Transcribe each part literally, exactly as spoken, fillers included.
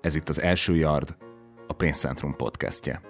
Ez itt az Első Yard, a Pénzcentrum podcastje.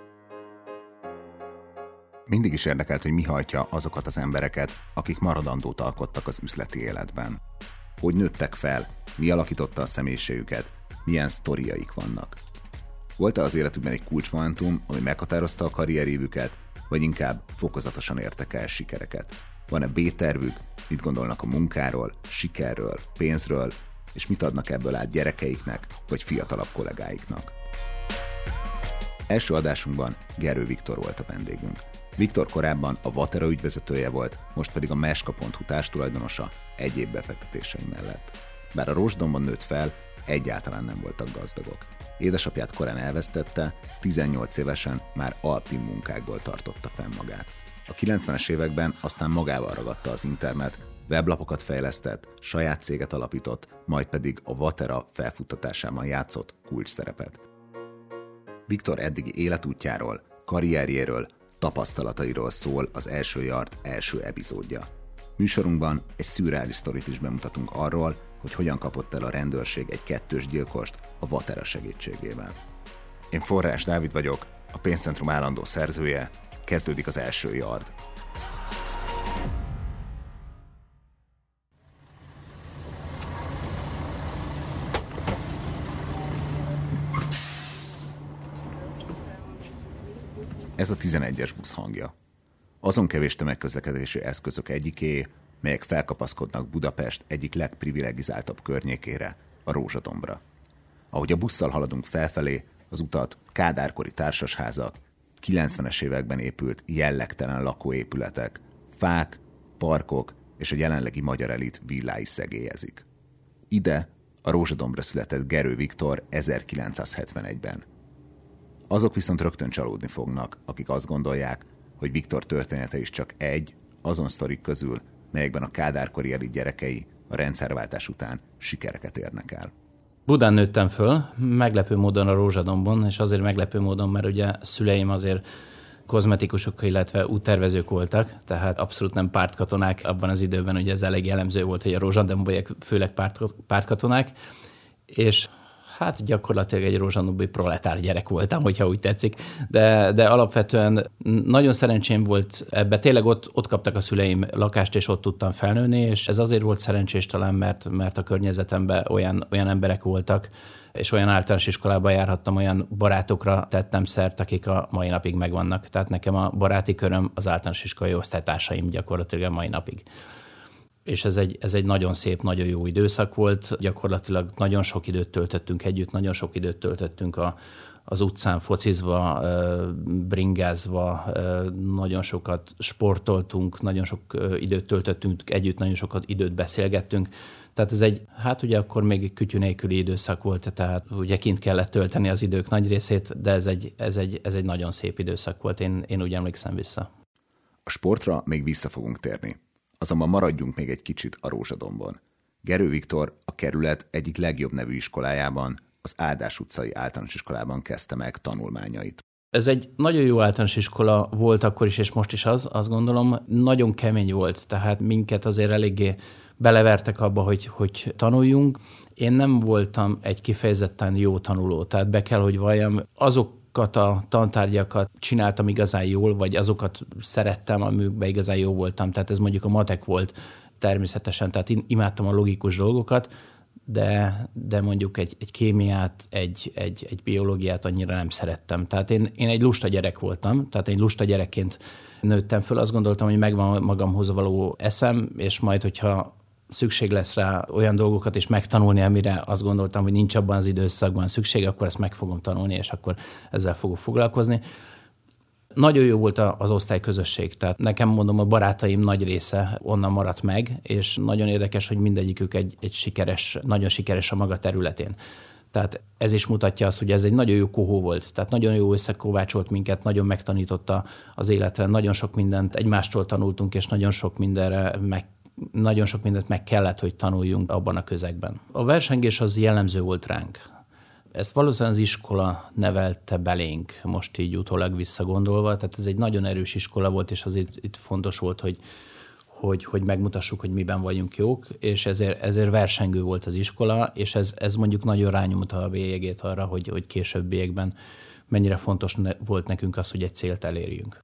Mindig is érdekelt, hogy mi hajtja azokat az embereket, akik maradandót alkottak az üzleti életben. Hogy nőttek fel, mi alakította a személyiségüket, milyen sztoriaik vannak. Volt-e az életükben egy kulcsmomentum, ami meghatározta a karrierévüket, vagy inkább fokozatosan értek el sikereket? Van-e B-tervük, mit gondolnak a munkáról, sikerről, pénzről, és mit adnak ebből át gyerekeiknek, vagy fiatalabb kollégáiknak? Első adásunkban Gerő Viktor volt a vendégünk. Viktor korábban a Vatera ügyvezetője volt, most pedig a meska pont hu társtulajdonosa egyéb befektetései mellett. Bár a Rozsdomban nőtt fel, egyáltalán nem voltak gazdagok. Édesapját korán elvesztette, tizennyolc évesen már alpin munkákból tartotta fenn magát. A kilencvenes években aztán magával ragadta az internet, weblapokat fejlesztett, saját céget alapított, majd pedig a Vatera felfuttatásában játszott kulcs szerepet. Viktor eddigi életútjáról, karrierjéről, tapasztalatairól szól az Első Yard első epizódja. Műsorunkban egy szürreális sztorit is bemutatunk arról, hogy hogyan kapott el a rendőrség egy kettős gyilkost a Vatera segítségével. Én Forrás Dávid vagyok, a Pénzcentrum állandó szerzője, kezdődik az Első Yard. Ez a tizenegyes busz hangja. Azon kevés tömegközlekedési eszközök egyiké, melyek felkapaszkodnak Budapest egyik legprivilegizáltabb környékére, a Rózsadombra. Ahogy a busszal haladunk felfelé, az utat kádárkori társasházak, kilencvenes években épült jellegtelen lakóépületek, fák, parkok és a jelenlegi magyar elit villái szegélyezik. Ide a Rózsadombra született Gerő Viktor ezerkilencszázhetvenegyben. Azok viszont rögtön csalódni fognak, akik azt gondolják, hogy Viktor története is csak egy, azon sztorik közül, melyekben a kádárkori elit gyerekei a rendszerváltás után sikereket érnek el. Budán nőttem föl, meglepő módon a Rózsadombon, és azért meglepő módon, mert ugye szüleim azért kozmetikusok, illetve úttervezők voltak, tehát abszolút nem pártkatonák abban az időben, ugye ez elég jellemző volt, hogy a rózsadombiak főleg párt, pártkatonák, és hát gyakorlatilag egy rózsadombi proletár gyerek voltam, hogyha úgy tetszik, de, de alapvetően nagyon szerencsém volt ebbe. Tényleg ott, ott kaptak a szüleim lakást, és ott tudtam felnőni, és ez azért volt szerencsés talán, mert, mert a környezetemben olyan, olyan emberek voltak, és olyan általános iskolába járhattam, olyan barátokra tettem szert, akik a mai napig megvannak. Tehát nekem a baráti köröm az általános iskolai osztálytársaim gyakorlatilag a mai napig. És ez egy, ez egy nagyon szép, nagyon jó időszak volt. Gyakorlatilag nagyon sok időt töltöttünk együtt, nagyon sok időt töltöttünk a, az utcán focizva, bringázva, nagyon sokat sportoltunk, nagyon sok időt töltöttünk együtt, nagyon sokat időt beszélgettünk. Tehát ez egy, hát ugye akkor még kütyű nélküli időszak volt, tehát ugye kint kellett tölteni az idők nagy részét, de ez egy, ez egy, ez egy nagyon szép időszak volt, én, én úgy emlékszem vissza. A sportra még vissza fogunk térni. Azonban maradjunk még egy kicsit a Rózsadombon. Gerő Viktor a kerület egyik legjobb nevű iskolájában, az Áldás utcai általános iskolában kezdte meg tanulmányait. Ez egy nagyon jó általános iskola volt akkor is, és most is az, azt gondolom, nagyon kemény volt, tehát minket azért eléggé belevertek abba, hogy, hogy tanuljunk. Én nem voltam egy kifejezetten jó tanuló, tehát be kell, hogy valljam, azok a tantárgyakat csináltam igazán jól, vagy azokat szerettem, amikben igazán jó voltam. Tehát ez mondjuk a matek volt természetesen, tehát én imádtam a logikus dolgokat, de, de mondjuk egy, egy kémiát, egy, egy, egy biológiát annyira nem szerettem. Tehát én, én egy lusta gyerek voltam, tehát én lusta gyerekként nőttem föl, azt gondoltam, hogy megvan magamhoz való eszem, és majd, hogyha szükség lesz rá olyan dolgokat is megtanulni, amire azt gondoltam, hogy nincs abban az időszakban szükség, akkor ezt meg fogom tanulni, és akkor ezzel fogok foglalkozni. Nagyon jó volt az osztályközösség, tehát nekem mondom, a barátaim nagy része onnan maradt meg, és nagyon érdekes, hogy mindegyikük egy, egy sikeres, nagyon sikeres a maga területén. Tehát ez is mutatja azt, hogy ez egy nagyon jó kohó volt. Tehát nagyon jó összekovácsolt minket, nagyon megtanította az életre, nagyon sok mindent egymástól tanultunk, és nagyon sok mindenre meg nagyon sok mindent meg kellett, hogy tanuljunk abban a közegben. A versengés az jellemző volt ránk. Ezt valószínűleg az iskola nevelte belénk, most így utólag visszagondolva. Tehát ez egy nagyon erős iskola volt, és azért itt fontos volt, hogy, hogy, hogy megmutassuk, hogy miben vagyunk jók, és ezért, ezért versengő volt az iskola, és ez, ez mondjuk nagyon rányomta a bélyegét arra, hogy, hogy későbbiekben mennyire fontos volt nekünk az, hogy egy célt elérjünk.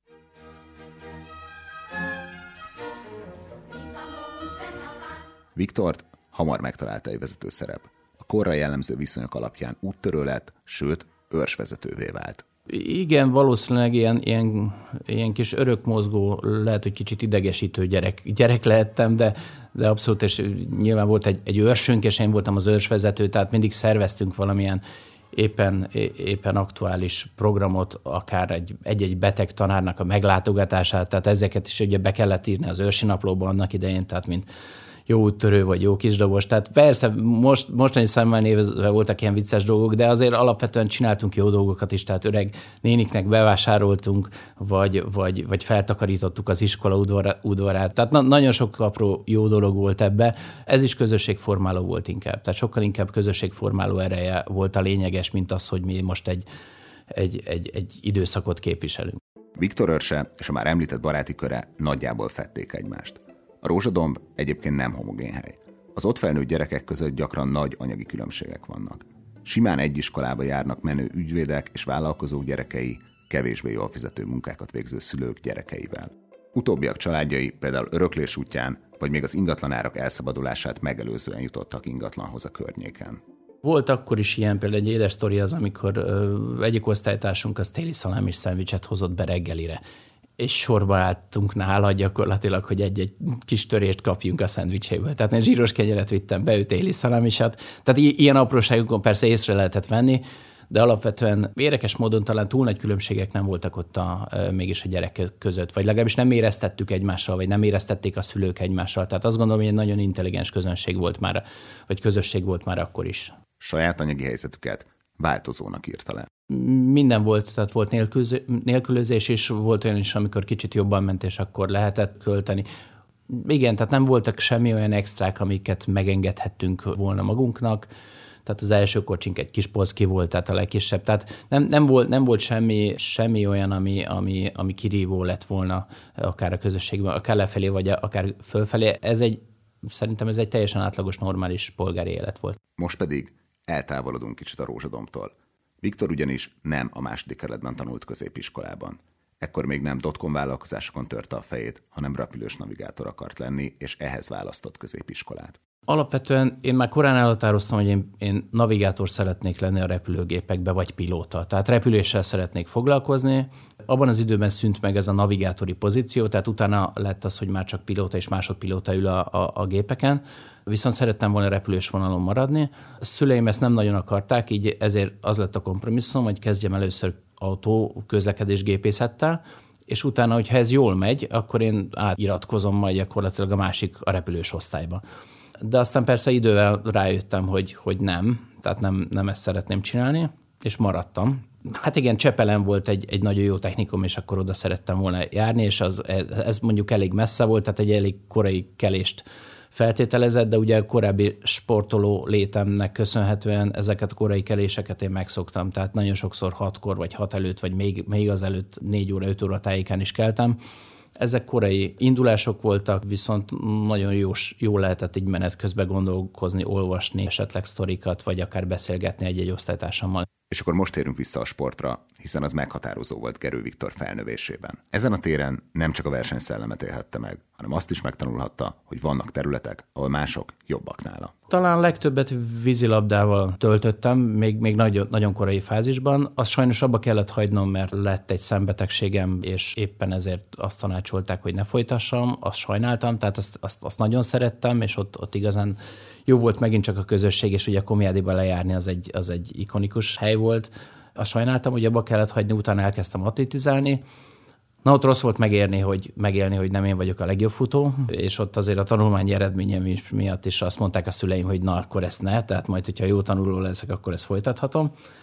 Viktort hamar megtalálta egy vezető szerep. A korra jellemző viszonyok alapján úttörő lett, sőt, őrsvezetővé vált. Igen, valószínűleg ilyen, ilyen, ilyen kis örökmozgó, lehet, hogy kicsit idegesítő gyerek, gyerek lehettem, de, de abszolút, és nyilván volt egy, egy őrsünk, és én voltam az őrsvezető, tehát mindig szerveztünk valamilyen éppen, éppen aktuális programot, akár egy, egy-egy beteg tanárnak a meglátogatását, tehát ezeket is ugye be kellett írni az őrsi naplóba annak idején, tehát mint jó úttörő vagy jó kisdobos. Tehát persze most, mostani szemmel nézve voltak ilyen vicces dolgok, de azért alapvetően csináltunk jó dolgokat is, tehát öreg néniknek bevásároltunk, vagy, vagy, vagy feltakarítottuk az iskola udvarát. Tehát na, nagyon sok apró jó dolog volt ebbe. Ez is közösségformáló volt inkább. Tehát sokkal inkább közösségformáló ereje volt a lényeges, mint az, hogy mi most egy, egy, egy, egy időszakot képviselünk. Viktor őrse és a már említett baráti köre nagyjából fedték egymást. A Rózsadomb egyébként nem homogén hely. Az ott felnőtt gyerekek között gyakran nagy anyagi különbségek vannak. Simán egy iskolába járnak menő ügyvédek és vállalkozók gyerekei, kevésbé jól fizető munkákat végző szülők gyerekeivel. Utóbbiak családjai például öröklés útján, vagy még az ingatlanárak elszabadulását megelőzően jutottak ingatlanhoz a környéken. Volt akkor is ilyen, például egy édes sztori az, amikor ö, egyik osztálytársunk az téli szalámis szendvicset hozott be reggelire, és sorba álltunk nála gyakorlatilag, hogy egy-egy kis törést kapjunk a szendvicséből. Tehát én zsíros kenyeret vittem be, ő téli szalámisat. Tehát i- ilyen apróságokon persze észre lehetett venni, de alapvetően érdekes módon talán túl nagy különbségek nem voltak ott a, e, mégis a gyerekek között, vagy legalábbis nem éreztettük egymással, vagy nem éreztették a szülők egymással. Tehát azt gondolom, hogy egy nagyon intelligens közönség volt már, vagy közösség volt már akkor is. Saját anyagi helyzetüket változónak írta le. Minden volt, tehát volt nélkülözés is, volt olyan is, amikor kicsit jobban ment, és akkor lehetett költeni. Igen, tehát nem voltak semmi olyan extrák, amiket megengedhettünk volna magunknak. Tehát az első kocsink egy kis polszki volt, tehát a legkisebb. Tehát nem, nem volt, nem volt semmi, semmi olyan, ami, ami, ami kirívó lett volna akár a közösségben, akár lefelé, vagy akár fölfelé. Ez egy, szerintem ez egy teljesen átlagos, normális polgári élet volt. Most pedig eltávolodunk kicsit a Rózsadombtól. Viktor ugyanis nem a második kerületben tanult középiskolában. Ekkor még nem dotcom vállalkozásokon törte a fejét, hanem repülős navigátor akart lenni, és ehhez választott középiskolát. Alapvetően én már korán elhatároztam, hogy én, én navigátor szeretnék lenni a repülőgépekbe, vagy pilóta. Tehát repüléssel szeretnék foglalkozni. Abban az időben szűnt meg ez a navigátori pozíció, tehát utána lett az, hogy már csak pilóta és másodpilóta ül a, a, a gépeken. Viszont szerettem volna repülős vonalon maradni. A szüleim ezt nem nagyon akarták, így ezért az lett a kompromisszum, hogy kezdjem először autó közlekedés gépészettel, és utána, hogyha ez jól megy, akkor én átiratkozom majd gyakorlatilag a másik, a repülős osztályba. De aztán persze idővel rájöttem, hogy, hogy nem, tehát nem, nem ezt szeretném csinálni, és maradtam. Hát igen, Csepelen volt egy, egy nagyon jó technikum, és akkor oda szerettem volna járni, és az, ez mondjuk elég messze volt, tehát egy elég korai kelést feltételezett, de ugye a korábbi sportoló létemnek köszönhetően ezeket a korai keléseket én megszoktam, tehát nagyon sokszor hatkor, vagy hat előtt, vagy még, még az előtt négy óra, öt óra tájékán is keltem. Ezek korai indulások voltak, viszont nagyon jó, jó lehetett így menet közben gondolkozni, olvasni esetleg sztorikat, vagy akár beszélgetni egy-egy osztálytársammal. És akkor most térünk vissza a sportra, hiszen az meghatározó volt Gerő Viktor felnövésében. Ezen a téren nem csak a versenyszellemet élhette meg, hanem azt is megtanulhatta, hogy vannak területek, ahol mások jobbak nála. Talán legtöbbet vízilabdával töltöttem, még, még nagyon, nagyon korai fázisban. Azt sajnos abba kellett hagynom, mert lett egy szembetegségem, és éppen ezért azt tanácsolták, hogy ne folytassam, azt sajnáltam, tehát azt, azt, azt nagyon szerettem, és ott, ott igazán jó volt megint csak a közösség, és ugye a Komjádiba lejárni az egy, az egy ikonikus hely volt. Azt sajnáltam, hogy abba kellett hagyni, utána elkezdtem atlétizálni. Na, ott rossz volt megérni, hogy, megélni, hogy nem én vagyok a legjobb futó, és ott azért a tanulmányi eredményem is miatt is azt mondták a szüleim, hogy na, akkor ezt ne, tehát majd, hogyha jó tanuló leszek, akkor ezt folytathatom.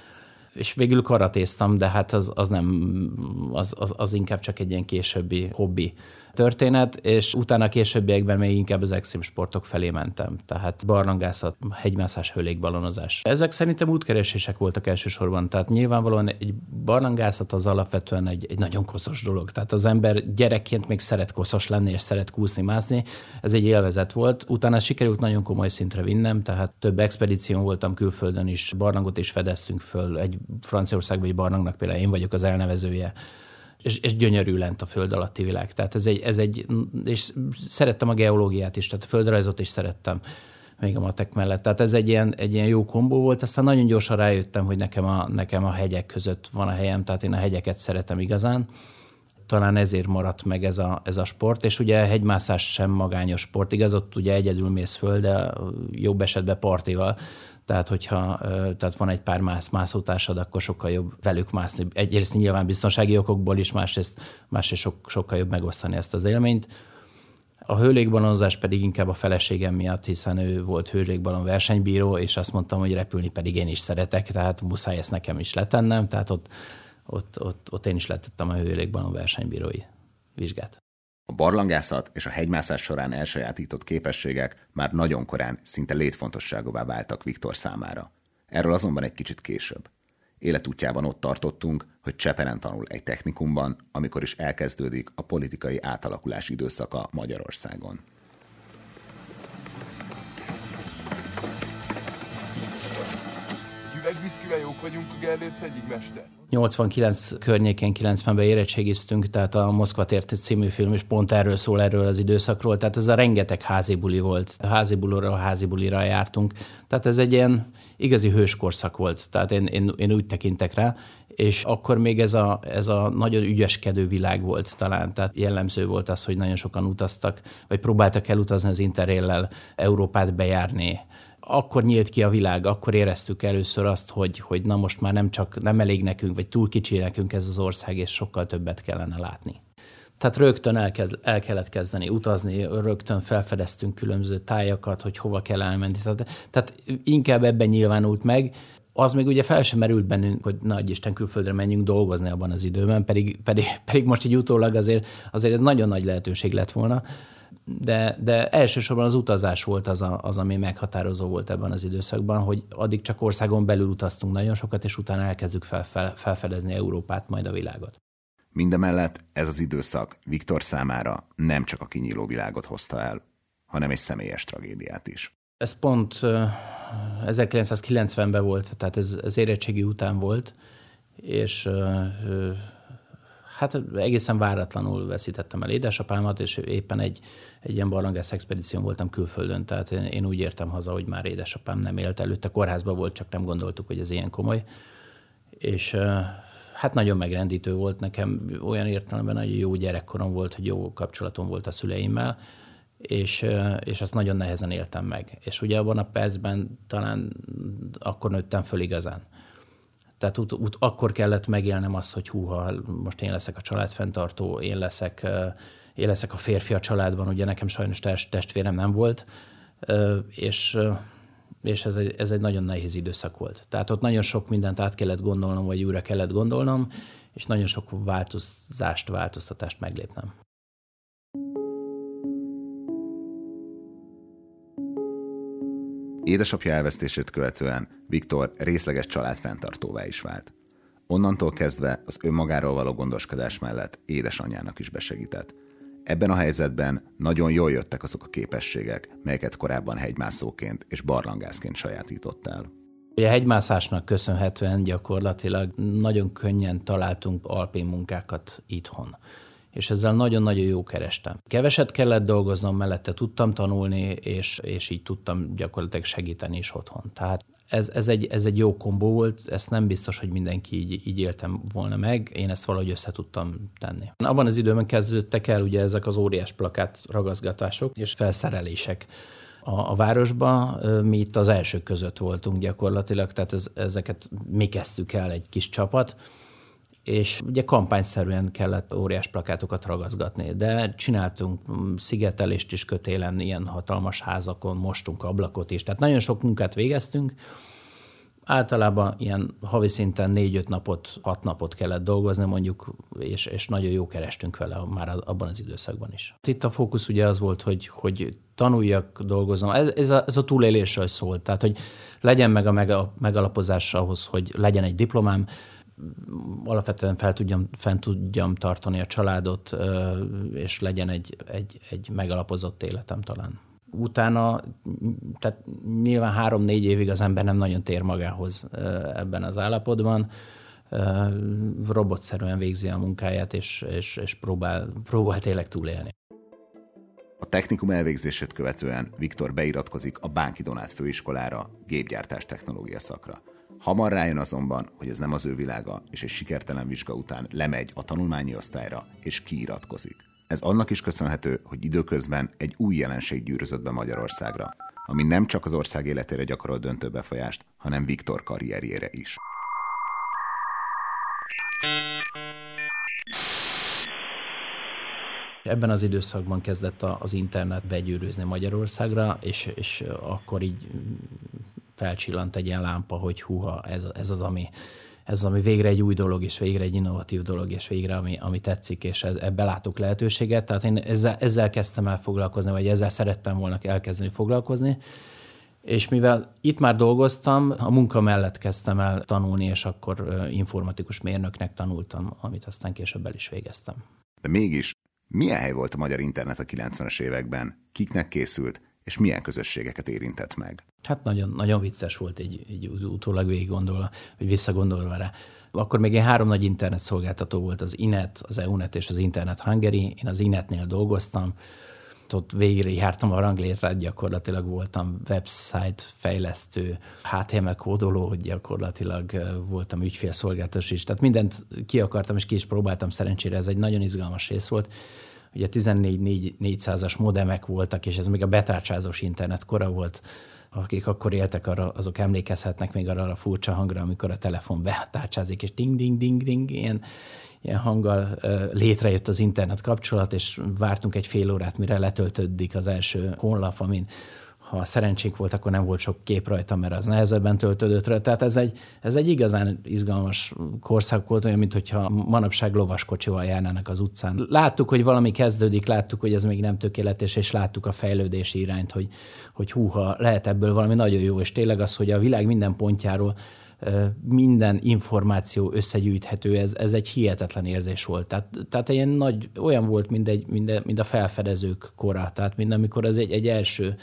és végül karatéztam, de hát az, az nem, az, az, az inkább csak egy ilyen későbbi hobbi történet, és utána a későbbiekben még inkább az extrém sportok felé mentem. Tehát barlangászat, hegymászás, hőlékbalonozás. Ezek szerintem útkeresések voltak elsősorban. Tehát nyilvánvalóan egy barlangászat az alapvetően egy, egy nagyon koszos dolog. Tehát az ember gyerekként még szeret koszos lenni, és szeret kúszni, mászni. Ez egy élvezet volt. Utána sikerült nagyon komoly szintre vinnem, tehát több expedíción voltam külföldön is, barlangot is fedeztünk föl. Egy Franciaországban egy barlangnak például én vagyok az elnevezője. És, és gyönyörű lent a föld alatti világ. Tehát ez egy, ez egy, és szerettem a geológiát is, tehát a földrajzot is szerettem még a matek mellett. Tehát ez egy ilyen, egy ilyen jó kombó volt, aztán nagyon gyorsan rájöttem, hogy nekem a, nekem a hegyek között van a helyem, tehát én a hegyeket szeretem igazán. Talán ezért maradt meg ez a, ez a sport, és ugye a hegymászás sem magányos sport, igaz, ott ugye egyedül mész föl, de jobb esetben partival. Tehát, hogyha tehát van egy pár mász, mászótársad, akkor sokkal jobb velük mászni. Egyrészt nyilván biztonsági okokból is, másrészt, másrészt sok, sokkal jobb megosztani ezt az élményt. A hőlékbalonozás pedig inkább a feleségem miatt, hiszen ő volt hőlékbalon versenybíró, és azt mondtam, hogy repülni pedig én is szeretek, tehát muszáj ezt nekem is letennem, tehát ott, ott, ott, ott én is letettem a hőlékbalon versenybírói vizsgát. A barlangászat és a hegymászás során elsajátított képességek már nagyon korán szinte létfontosságúvá váltak Viktor számára. Erről azonban egy kicsit később. Életútjában ott tartottunk, hogy Csepelen tanul egy technikumban, amikor is elkezdődik a politikai átalakulás időszaka Magyarországon. Üvegviszkivel jók vagyunk a Gellért hegyig, mester? nyolcvankilenc környékén, kilencvenben érettségiztünk, tehát a Moszkva tér című film is pont erről szól, erről az időszakról, tehát ez a rengeteg házi buli volt. A házi bulira, a házi bulira jártunk, tehát ez egy ilyen igazi hőskorszak volt, tehát én, én, én úgy tekintek rá, és akkor még ez a, ez a nagyon ügyeskedő világ volt talán, tehát jellemző volt az, hogy nagyon sokan utaztak, vagy próbáltak elutazni az Interraillel, Európát bejárni. Akkor nyílt ki a világ, akkor éreztük először azt, hogy, hogy na most már nem csak nem elég nekünk, vagy túl kicsi nekünk ez az ország, és sokkal többet kellene látni. Tehát rögtön elkezd, el kellett kezdeni utazni, rögtön felfedeztünk különböző tájakat, hogy hova kell elmenni. Tehát, tehát inkább ebben nyilvánult meg. Az még ugye fel sem merült bennünk, hogy nagy Isten külföldre menjünk dolgozni abban az időben, pedig, pedig, pedig most így utólag azért, azért ez nagyon nagy lehetőség lett volna. De, de elsősorban az utazás volt az, a, az, ami meghatározó volt ebben az időszakban, hogy addig csak országon belül utaztunk nagyon sokat, és utána elkezdjük fel, fel, felfedezni Európát, majd a világot. Mindemellett ez az időszak Viktor számára nem csak a kinyíló világot hozta el, hanem egy személyes tragédiát is. Ez pont ezerkilencszázkilencvenben volt, tehát ez az érettségi után volt, és hát egészen váratlanul veszítettem el édesapámat, és éppen egy, egy ilyen barlangász expedíción voltam külföldön, tehát én, én úgy értem haza, hogy már édesapám nem élt előtte, kórházban volt, csak nem gondoltuk, hogy ez ilyen komoly. És hát nagyon megrendítő volt nekem, olyan értelemben nagyon jó gyerekkorom volt, hogy jó kapcsolatom volt a szüleimmel, és, és azt nagyon nehezen éltem meg. És ugye abban a percben talán akkor nőttem föl igazán. Tehát ut- ut- akkor kellett megélnem azt, hogy húha, most én leszek a családfenntartó, én leszek, én leszek a férfi a családban, ugye nekem sajnos testvérem nem volt, és, és ez, egy, ez egy nagyon nehéz időszak volt. Tehát ott nagyon sok mindent át kellett gondolnom, vagy újra kellett gondolnom, és nagyon sok változást, változtatást meglépnem. Édesapja elvesztését követően Viktor részleges családfenntartóvá is vált. Onnantól kezdve az önmagáról való gondoskodás mellett édesanyjának is besegített. Ebben a helyzetben nagyon jól jöttek azok a képességek, melyeket korábban hegymászóként és barlangászként sajátított el. A hegymászásnak köszönhetően gyakorlatilag nagyon könnyen találtunk alpin munkákat itthon. És ezzel nagyon-nagyon jó kerestem. Keveset kellett dolgoznom, mellette tudtam tanulni, és, és így tudtam gyakorlatilag segíteni is otthon. Tehát ez, ez, egy, ez egy jó kombó volt, ezt nem biztos, hogy mindenki így, így éltem volna meg, én ezt valahogy össze tudtam tenni. Abban az időben kezdődtek el ugye ezek az óriás plakát ragaszgatások és felszerelések a, a városba. Mi itt az elsők között voltunk gyakorlatilag, tehát ez, ezeket mi kezdtük el egy kis csapat, és ugye kampányszerűen kellett óriás plakátokat ragaszgatni, de csináltunk szigetelést is kötélen, ilyen hatalmas házakon, mostunk ablakot is, tehát nagyon sok munkát végeztünk, Általában ilyen havi szinten négy-öt napot, hat napot kellett dolgozni mondjuk, és, és nagyon jó kerestünk vele már abban az időszakban is. Itt a fókusz ugye az volt, hogy, hogy tanuljak, dolgozom. Ez, ez, a, ez a túlélésről szólt, tehát hogy legyen meg a megalapozás ahhoz, hogy legyen egy diplomám, alapvetően fel tudjam, fent tudjam tartani a családot, és legyen egy, egy, egy megalapozott életem talán. Utána, tehát nyilván három-négy évig az ember nem nagyon tér magához ebben az állapotban, robotszerűen végzi a munkáját, és, és, és próbál, próbál tényleg túlélni. A technikum elvégzését követően Viktor beiratkozik a Bánki Donát Főiskolára, gépgyártás technológia szakra. Hamar rájön azonban, hogy ez nem az ő világa, és egy sikertelen vizsga után lemegy a tanulmányi osztályra, és kiiratkozik. Ez annak is köszönhető, hogy időközben egy új jelenség gyűrözött be Magyarországra, ami nem csak az ország életére gyakorolt döntő befolyást, hanem Viktor karrierjére is. Ebben az időszakban kezdett az internet begyűrűzni Magyarországra, és, és akkor így felcsillant egy ilyen lámpa, hogy húha, ez, ez az, ami, ez az, ami végre egy új dolog, és végre egy innovatív dolog, és végre ami, ami tetszik, és ez, ebbe látok lehetőséget. Tehát én ezzel, ezzel kezdtem el foglalkozni, vagy ezzel szerettem volna elkezdeni foglalkozni. És mivel itt már dolgoztam, a munka mellett kezdtem el tanulni, és akkor informatikus mérnöknek tanultam, amit aztán később el is végeztem. De mégis, milyen hely volt a magyar internet a kilencvenes években? Kiknek készült, és milyen közösségeket érintett meg? Hát nagyon, nagyon vicces volt egy, egy utólag végig gondolva, vagy visszagondolva rá. Akkor még egy három nagy internet szolgáltató volt, az Inet, az EUNET és az Internet Hungary. Én az Inetnél dolgoztam, ott végre jártam a ranglétrát, gyakorlatilag voltam website fejlesztő, há té em el kódoló, hogy gyakorlatilag voltam ügyfélszolgáltatós is. Tehát mindent ki akartam, és ki is próbáltam, szerencsére ez egy nagyon izgalmas rész volt. Ugye tizennégy négyszázas modemek voltak, és ez még a betárcsázós internet kora volt. Akik akkor éltek arra, azok emlékezhetnek még arra a furcsa hangra, amikor a telefon betárcsázik, és ding-ding-ding-ding, ilyen, ilyen hanggal létrejött az internet kapcsolat, és vártunk egy fél órát, mire letöltődik az első honlap, amin ha szerencsénk volt, akkor nem volt sok kép rajta, mert az nehezebben töltődött rá. Tehát ez egy, ez egy igazán izgalmas korszak volt, olyan, mintha manapság lovaskocsival járnának az utcán. Láttuk, hogy valami kezdődik, láttuk, hogy ez még nem tökéletes, és láttuk a fejlődési irányt, hogy, hogy húha, lehet ebből valami nagyon jó, és tényleg az, hogy a világ minden pontjáról minden információ összegyűjthető, ez, ez egy hihetetlen érzés volt. Tehát, tehát ilyen nagy, olyan volt, mint, egy, mint, mint a felfedezők kora, tehát mint amikor az egy, egy első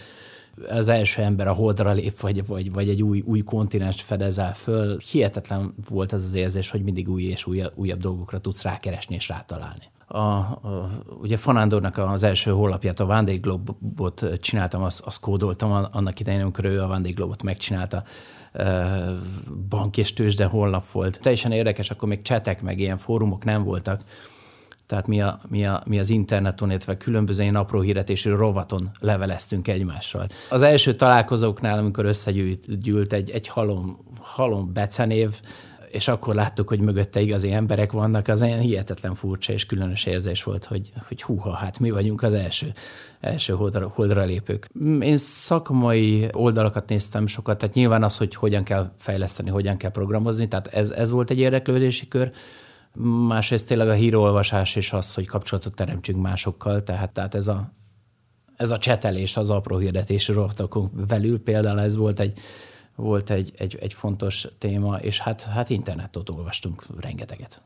az első ember a Holdra lép, vagy, vagy, vagy egy új, új kontinenst fedezel föl. Hihetetlen volt az az érzés, hogy mindig új és újabb, újabb dolgokra tudsz rákeresni és rátalálni. A, a, ugye Fanándornak az első honlapját, a Vendégglobot csináltam, azt, azt kódoltam annak idején, amikor ő a Vendégglobot megcsinálta. Bank és tőzsde honlap volt. Teljesen érdekes, akkor még csetek, meg ilyen fórumok nem voltak. Tehát mi, a, mi, a, mi az interneton, illetve különböző ilyen apró hirdetési rovaton leveleztünk egymással. Az első találkozóknál, amikor összegyűlt egy, egy halom, halom becenév, és akkor láttuk, hogy mögötte igazi emberek vannak, az ilyen hihetetlen furcsa és különös érzés volt, hogy, hogy húha, hát mi vagyunk az első, első holdra, holdra lépők. Én szakmai oldalakat néztem sokat, tehát nyilván az, hogy hogyan kell fejleszteni, hogyan kell programozni, tehát ez, ez volt egy érdeklődési kör. Másrészt tényleg a hírolvasás és az, hogy kapcsolatot teremtsünk másokkal, tehát, tehát ez, a, ez a csetelés az apró hirdetési rovatokon belül például ez volt egy, volt egy, egy, egy fontos téma, és hát, hát internetot olvastunk rengeteget.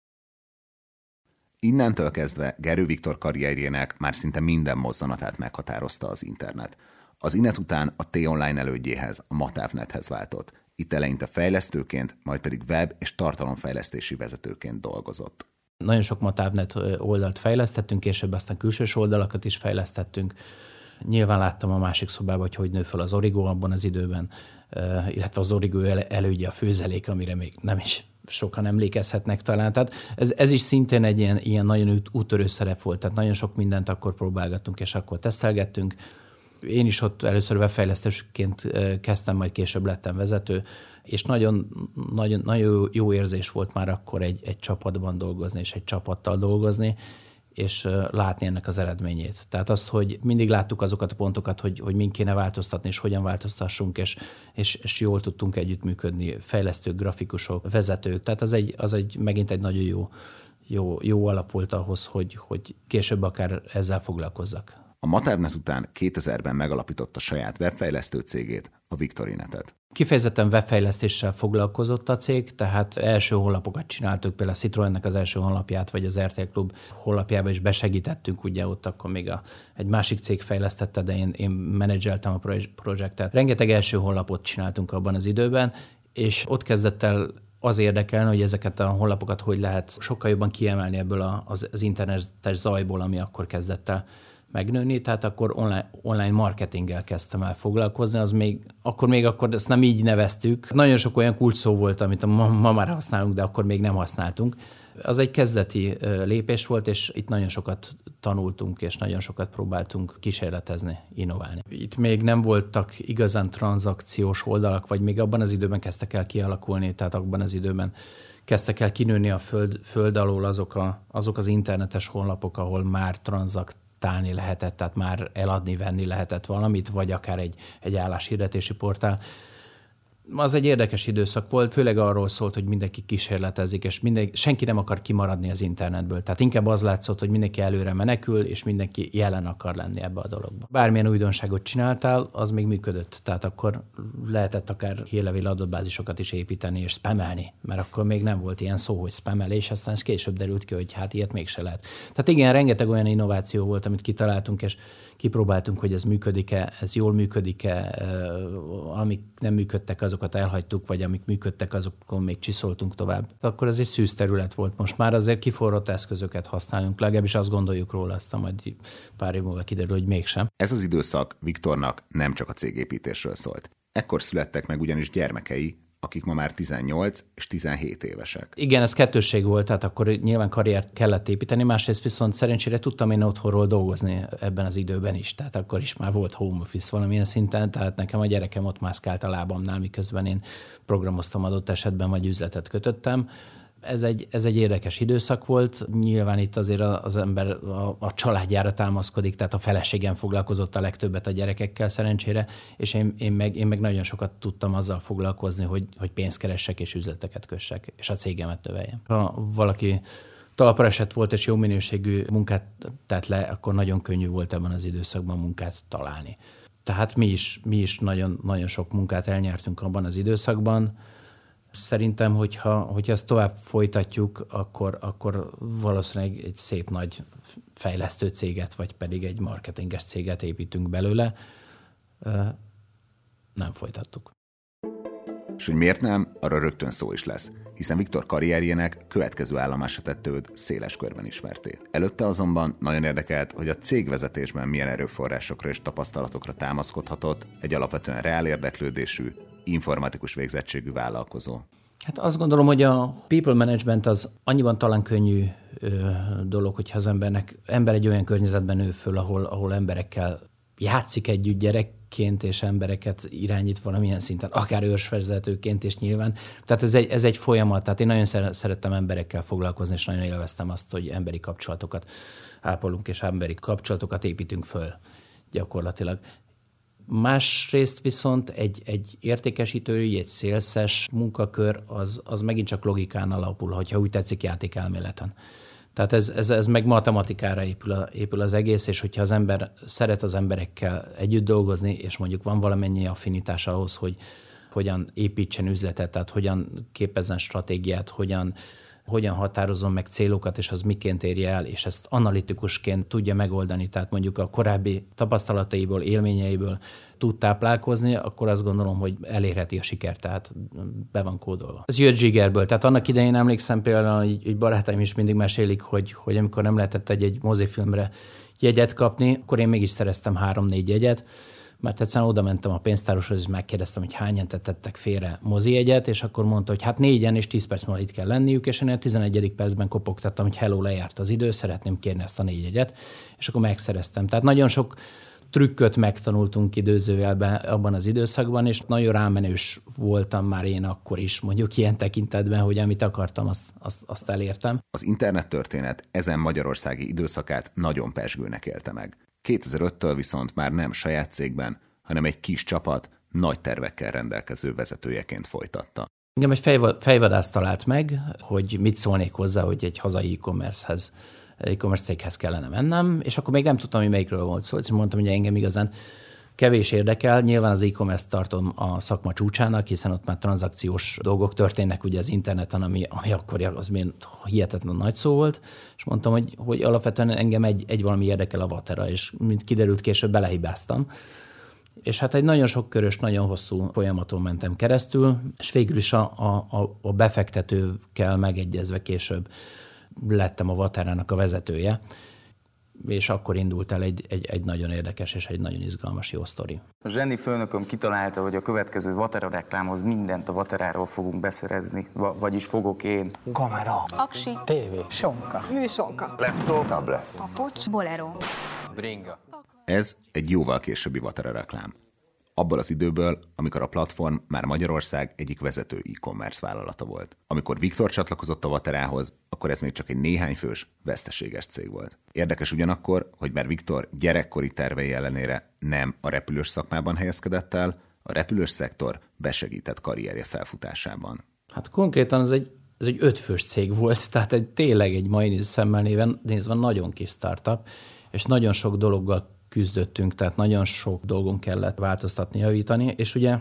Innentől kezdve Gerő Viktor karrierjének már szinte minden mozzanatát meghatározta az internet. Az Inet után a T-Online elődjéhez, a Matávnethez váltott. Itt eleinte fejlesztőként, majd pedig web- és tartalomfejlesztési vezetőként dolgozott. Nagyon sok Matávnet oldalt fejlesztettünk, később aztán külsős oldalakat is fejlesztettünk. Nyilván láttam a másik szobában, hogy hogy nő fel az Origo abban az időben, illetve az Origo elődje a Főzelék, amire még nem is sokan emlékezhetnek talán. Tehát ez, ez is szintén egy ilyen, ilyen nagyon úttörő szerep volt, tehát nagyon sok mindent akkor próbálgattunk, és akkor tesztelgettünk. Én is ott először webfejlesztősként kezdtem, majd később lettem vezető, és nagyon, nagyon, nagyon jó érzés volt már akkor egy, egy csapatban dolgozni, és egy csapattal dolgozni, és látni ennek az eredményét. Tehát azt, hogy mindig láttuk azokat a pontokat, hogy, hogy mind kéne változtatni, és hogyan változtassunk, és, és, és jól tudtunk együttműködni, fejlesztők, grafikusok, vezetők. Tehát az egy, az egy megint egy nagyon jó, jó, jó alap volt ahhoz, hogy, hogy később akár ezzel foglalkozzak. A Matternet után kétezerben megalapította saját webfejlesztő cégét, a Victorinetet. Kifejezetten webfejlesztéssel foglalkozott a cég, tehát első honlapokat csináltuk, például a Citroennek az első honlapját, vagy az er té el Klub honlapjába is besegítettünk, ugye ott akkor még a, egy másik cég fejlesztette, de én, én menedzseltem a projektet. Rengeteg első honlapot csináltunk abban az időben, és ott kezdett el az érdekelne, hogy ezeket a honlapokat hogy lehet sokkal jobban kiemelni ebből az, az internetes zajból, ami akkor kezdett el megnőni, tehát akkor online, online marketinggel kezdtem el foglalkozni, az még, akkor még akkor ezt nem így neveztük. Nagyon sok olyan kulcsszó volt, amit ma, ma már használunk, de akkor még nem használtunk. Az egy kezdeti lépés volt, és itt nagyon sokat tanultunk, és nagyon sokat próbáltunk kísérletezni, innoválni. Itt még nem voltak igazán tranzakciós oldalak, vagy még abban az időben kezdtek el kialakulni, tehát abban az időben kezdtek el kinőni a föld, föld alól azok, a, azok az internetes honlapok, ahol már tranzakt tálni lehetett, tehát már eladni, venni lehetett valamit, vagy akár egy, egy álláshirdetési portál. Az egy érdekes időszak volt, főleg arról szólt, hogy mindenki kísérletezik, és mindenki, senki nem akar kimaradni az internetből. Tehát inkább az látszott, hogy mindenki előre menekül, és mindenki jelen akar lenni ebbe a dologba. Bármilyen újdonságot csináltál, az még működött. Tehát akkor lehetett akár hírlevél adatbázisokat is építeni, és spamelni, mert akkor még nem volt ilyen szó, hogy spamelés, aztán ez később derült ki, hogy hát ilyet mégse lehet. Tehát igen, rengeteg olyan innováció volt, amit kitaláltunk, és kipróbáltunk, hogy ez működik-e, ez jól működik-e, amik nem működtek, azokat elhagytuk, vagy amik működtek, azokon még csiszoltunk tovább. Akkor ez egy szűz terület volt. Most már azért kiforrott eszközöket használunk, legalábbis azt gondoljuk róla, aztán majd pár év múlva kiderül, hogy mégsem. Ez az időszak Viktornak nem csak a cégépítésről szólt. Ekkor születtek meg ugyanis gyermekei, akik ma már tizennyolc és tizenhét évesek. Igen, ez kettősség volt, tehát akkor nyilván karriert kellett építeni, másrészt viszont szerencsére tudtam én otthonról dolgozni ebben az időben is, tehát akkor is már volt home office valamilyen szinten, tehát nekem a gyerekem ott mászkált a lábamnál, miközben én programoztam adott esetben, vagy üzletet kötöttem. Ez egy, ez egy érdekes időszak volt. Nyilván itt azért az ember a, a családjára támaszkodik, tehát a feleségem foglalkozott a legtöbbet a gyerekekkel szerencsére, és én, én, meg, én meg nagyon sokat tudtam azzal foglalkozni, hogy, hogy pénzt keressek és üzleteket kössek, és a cégemet növeljem. Ha valaki talpra esett volt és jó minőségű munkát tett le, akkor nagyon könnyű volt ebben az időszakban munkát találni. Tehát mi is, mi is nagyon, nagyon sok munkát elnyertünk abban az időszakban. Szerintem, hogyha, hogyha ezt tovább folytatjuk, akkor, akkor valószínűleg egy szép nagy fejlesztő céget, vagy pedig egy marketinges céget építünk belőle. Nem folytattuk. És hogy miért nem, arra rögtön szó is lesz, hiszen Viktor karrierjének következő állomása tette őt széles körben ismerté. Előtte azonban nagyon érdekelt, hogy a cégvezetésben milyen erőforrásokra és tapasztalatokra támaszkodhatott egy alapvetően reál érdeklődésű, informatikus végzettségű vállalkozó. Hát azt gondolom, hogy a people management az annyiban talán könnyű ö, dolog, hogyha az embernek, ember egy olyan környezetben nő föl, ahol, ahol emberekkel játszik együtt gyerekként, és embereket irányít valamilyen szinten, akár ősvezetőként is nyilván. Tehát ez egy, ez egy folyamat, tehát én nagyon szerettem emberekkel foglalkozni, és nagyon élveztem azt, hogy emberi kapcsolatokat ápolunk, és emberi kapcsolatokat építünk föl gyakorlatilag. Másrészt viszont egy, egy értékesítői, egy szélszes munkakör, az, az megint csak logikán alapul, hogyha úgy tetszik játékelméleten. Tehát ez, ez, ez meg matematikára épül, a, épül az egész, és hogyha az ember szeret az emberekkel együtt dolgozni, és mondjuk van valamennyi affinitás ahhoz, hogy hogyan építsen üzletet, tehát hogyan képezzen stratégiát, hogyan, hogyan határozzon meg célokat, és az miként érje el, és ezt analitikusként tudja megoldani, tehát mondjuk a korábbi tapasztalataiból, élményeiből tud táplálkozni, akkor azt gondolom, hogy elérheti a sikert, tehát be van kódolva. Ez jött zsigerből, tehát annak idején emlékszem például, hogy, hogy barátaim is mindig mesélik, hogy, hogy amikor nem lehetett egy-egy mozifilmre jegyet kapni, akkor én mégis szereztem három-négy jegyet, mert egyszerűen oda mentem a pénztároshoz, és megkérdeztem, hogy hányan tettek félre mozijegyet, és akkor mondta, hogy hát négyen, és tíz perc múlva itt kell lenniük, és én a tizenegyedik percben kopogtattam, hogy hello, lejárt az idő, szeretném kérni ezt a négy jegyet, és akkor megszereztem. Tehát nagyon sok trükköt megtanultunk időzőjelben abban az időszakban, és nagyon rámenős voltam már én akkor is, mondjuk ilyen tekintetben, hogy amit akartam, azt, azt, azt elértem. Az internettörténet ezen magyarországi időszakát nagyon pezsgőnek élte meg. kétezer-öttől viszont már nem saját cégben, hanem egy kis csapat, nagy tervekkel rendelkező vezetőjeként folytatta. Engem egy fejvadász talált meg, hogy mit szólnék hozzá, hogy egy hazai e-commerce-hez, e-commerce céghez kellene mennem, és akkor még nem tudtam, hogy melyikről volt szó, szóval mondtam, hogy engem igazán kevés érdekel. Nyilván az e-commerce tartom a szakma csúcsának, hiszen ott már tranzakciós dolgok történnek ugye az interneten, ami, ami akkor az még hihetetlen nagy szó volt, és mondtam, hogy, hogy alapvetően engem egy, egy valami érdekel a Vatera, és mint kiderült, később belehibáztam. És hát egy nagyon sok körös, nagyon hosszú folyamaton mentem keresztül, és végül is a, a, a befektetőkkel megegyezve később lettem a Vaterának a vezetője, és akkor indult el egy, egy, egy nagyon érdekes és egy nagyon izgalmas jó sztori. A Zseni főnököm kitalálta, hogy a következő Vatera reklámhoz mindent a Vateráról fogunk beszerezni, v- vagyis fogok én. Kamera, aksi, tévé, sonka, műsonka, laptop, tablet, papucs, bolero, Bringa. Ez egy jóval későbbi Vatera reklám. Abból az időből, amikor a platform már Magyarország egyik vezető e-commerce vállalata volt. Amikor Viktor csatlakozott a Vaterához, akkor ez még csak egy néhány fős, veszteséges cég volt. Érdekes ugyanakkor, hogy bár Viktor gyerekkori tervei ellenére nem a repülős szakmában helyezkedett el, a repülős szektor besegített karrierje felfutásában. Hát konkrétan ez egy, ez egy ötfős cég volt, tehát egy, tényleg egy mai szemmel néven, nézve nagyon kis startup, és nagyon sok dologgal küzdöttünk, tehát nagyon sok dolgon kellett változtatni, javítani, és ugye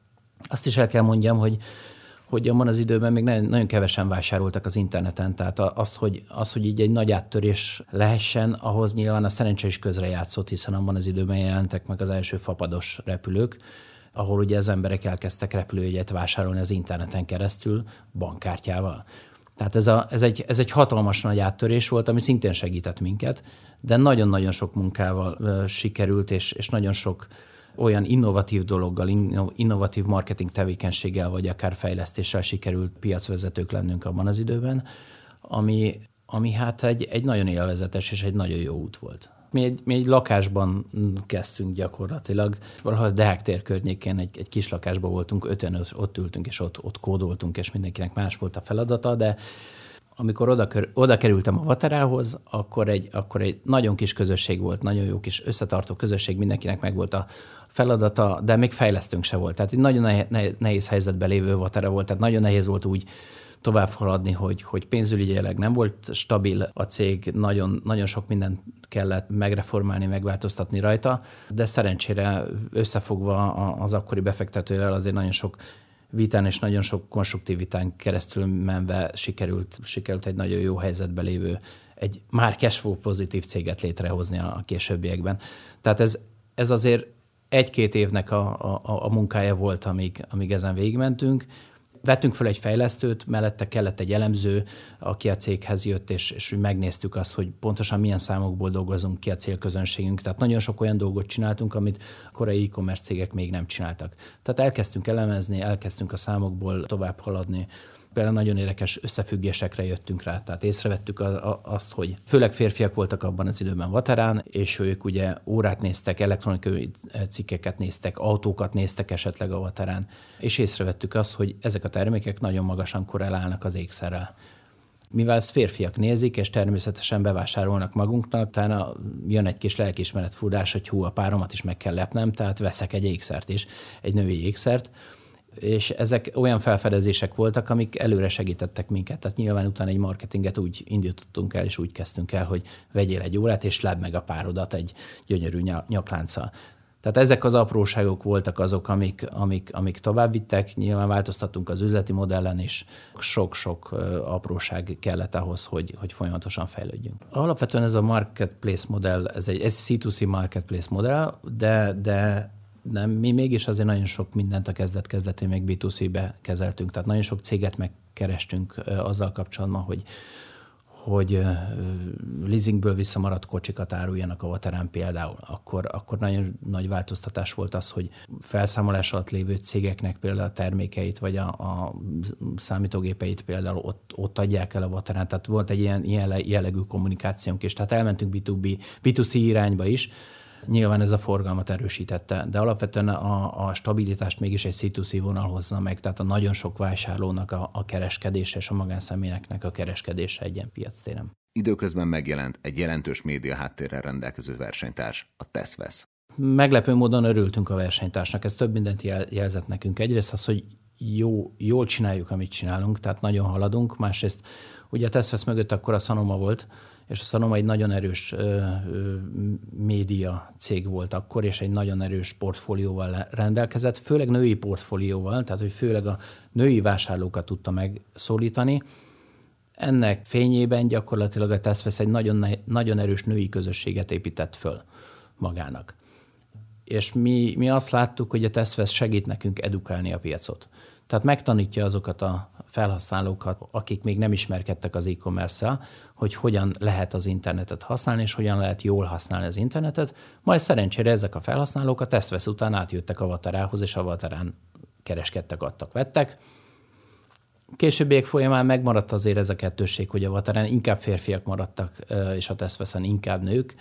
azt is el kell mondjam, hogy, hogy abban az időben még nagyon, nagyon kevesen vásároltak az interneten, tehát azt hogy, az, hogy így egy nagy áttörés lehessen, ahhoz nyilván a szerencse is közrejátszott, hiszen abban az időben jelentek meg az első fapados repülők, ahol ugye az emberek elkezdtek repülőjegyet vásárolni az interneten keresztül bankkártyával. Tehát ez, a, ez, egy, ez egy hatalmas nagy áttörés volt, ami szintén segített minket, de nagyon-nagyon sok munkával uh, sikerült, és, és nagyon sok olyan innovatív dologgal, innovatív marketing tevékenységgel, vagy akár fejlesztéssel sikerült piacvezetők lennünk abban az időben, ami, ami hát egy, egy nagyon élvezetes és egy nagyon jó út volt. Mi egy, mi egy lakásban kezdtünk gyakorlatilag, valahol a Deák tér környékén egy, egy kis lakásban voltunk, öten ott ültünk, és ott, ott kódoltunk, és mindenkinek más volt a feladata, de amikor oda, oda kerültem a Vaterához, akkor egy, akkor egy nagyon kis közösség volt, nagyon jó kis összetartó közösség, mindenkinek meg volt a feladata, de még fejlesztünk se volt. Tehát egy nagyon nehéz helyzetben lévő Vatera volt, tehát nagyon nehéz volt úgy tovább haladni, hogy, hogy pénzügyileg nem volt stabil a cég, nagyon, nagyon sok mindent kellett megreformálni, megváltoztatni rajta, de szerencsére összefogva az akkori befektetővel azért nagyon sok vitán és nagyon sok konstruktív vitán keresztül menve sikerült, sikerült egy nagyon jó helyzetben lévő, egy már cashflow pozitív céget létrehozni a későbbiekben. Tehát ez, ez azért egy-két évnek a, a, a munkája volt, amíg, amíg ezen végigmentünk. Vettünk fel egy fejlesztőt, mellette kellett egy elemző, aki a céghez jött, és, és megnéztük azt, hogy pontosan milyen számokból dolgozunk ki a célközönségünk. Tehát nagyon sok olyan dolgot csináltunk, amit a korai e-commerce cégek még nem csináltak. Tehát elkezdtünk elemezni, elkezdtünk a számokból tovább haladni. Például nagyon érdekes összefüggésekre jöttünk rá, tehát észrevettük azt, hogy főleg férfiak voltak abban az időben Vaterán, és ők ugye órát néztek, elektronikai cikkeket néztek, autókat néztek esetleg a Vaterán, és észrevettük azt, hogy ezek a termékek nagyon magasan korrelálnak az ékszerrel. Mivel ezt férfiak nézik, és természetesen bevásárolnak magunknak, utána jön egy kis lelkiismeretfurdás, hogy hú, a páromat is meg kell lepnem, tehát veszek egy ékszert is, egy női ékszert, és ezek olyan felfedezések voltak, amik előre segítettek minket. Tehát nyilván utána egy marketinget úgy indítottunk el, és úgy kezdtünk el, hogy vegyél egy órát, és lebb meg a párodat egy gyönyörű nyaklánccal. Tehát ezek az apróságok voltak azok, amik, amik, amik tovább vittek. Nyilván változtattunk az üzleti modellen is. Sok-sok apróság kellett ahhoz, hogy, hogy folyamatosan fejlődjünk. Alapvetően ez a marketplace modell, ez egy ez cé kettő cé marketplace modell, de, de nem, mi mégis azért nagyon sok mindent a kezdet-kezdetén még bé kettő cé-be kezeltünk. Tehát nagyon sok céget megkerestünk azzal kapcsolatban, hogy hogy leasingből visszamaradt kocsikat áruljanak a Vaterán például, akkor, akkor nagyon nagy változtatás volt az, hogy felszámolás alatt lévő cégeknek például a termékeit, vagy a, a számítógépeit például ott, ott adják el a Vaterán. Tehát volt egy ilyen, ilyen jellegű kommunikációnk is. Tehát elmentünk bé kettő bé, bé kettő cé irányba is, Nyilván ez a forgalmat erősítette, de alapvetően a, a stabilitást mégis egy cé kettő cé vonal hozza meg, tehát a nagyon sok vásárlónak a, a kereskedése és a magánszemélyeknek a kereskedése egy ilyen piactéren. Időközben megjelent egy jelentős média háttérrel rendelkező versenytárs, a TesztVesz. Meglepő módon örültünk a versenytársnak, ez több mindent jel, jelzett nekünk. Egyrészt az, hogy jó, jól csináljuk, amit csinálunk, tehát nagyon haladunk. Másrészt ugye a TesztVesz mögött akkor a Sanoma volt, és a Sanoma egy nagyon erős ö, ö, média cég volt akkor, és egy nagyon erős portfólióval rendelkezett, főleg női portfólióval, tehát hogy főleg a női vásárlókat tudta megszólítani. Ennek fényében gyakorlatilag a TesztVesz egy nagyon, nagyon erős női közösséget épített föl magának. És mi, mi azt láttuk, hogy a TesztVesz segít nekünk edukálni a piacot. Tehát megtanítja azokat a felhasználókat, akik még nem ismerkedtek az e-commerce-szel, hogy hogyan lehet az internetet használni, és hogyan lehet jól használni az internetet. Majd szerencsére ezek a felhasználók a TesztVesz után átjöttek a Vatarához, és a Vatarán kereskedtek, adtak, vettek. Későbbiek folyamán megmaradt azért ez a kettősség, hogy a Vatarán inkább férfiak maradtak, és a TesztVeszen inkább nők,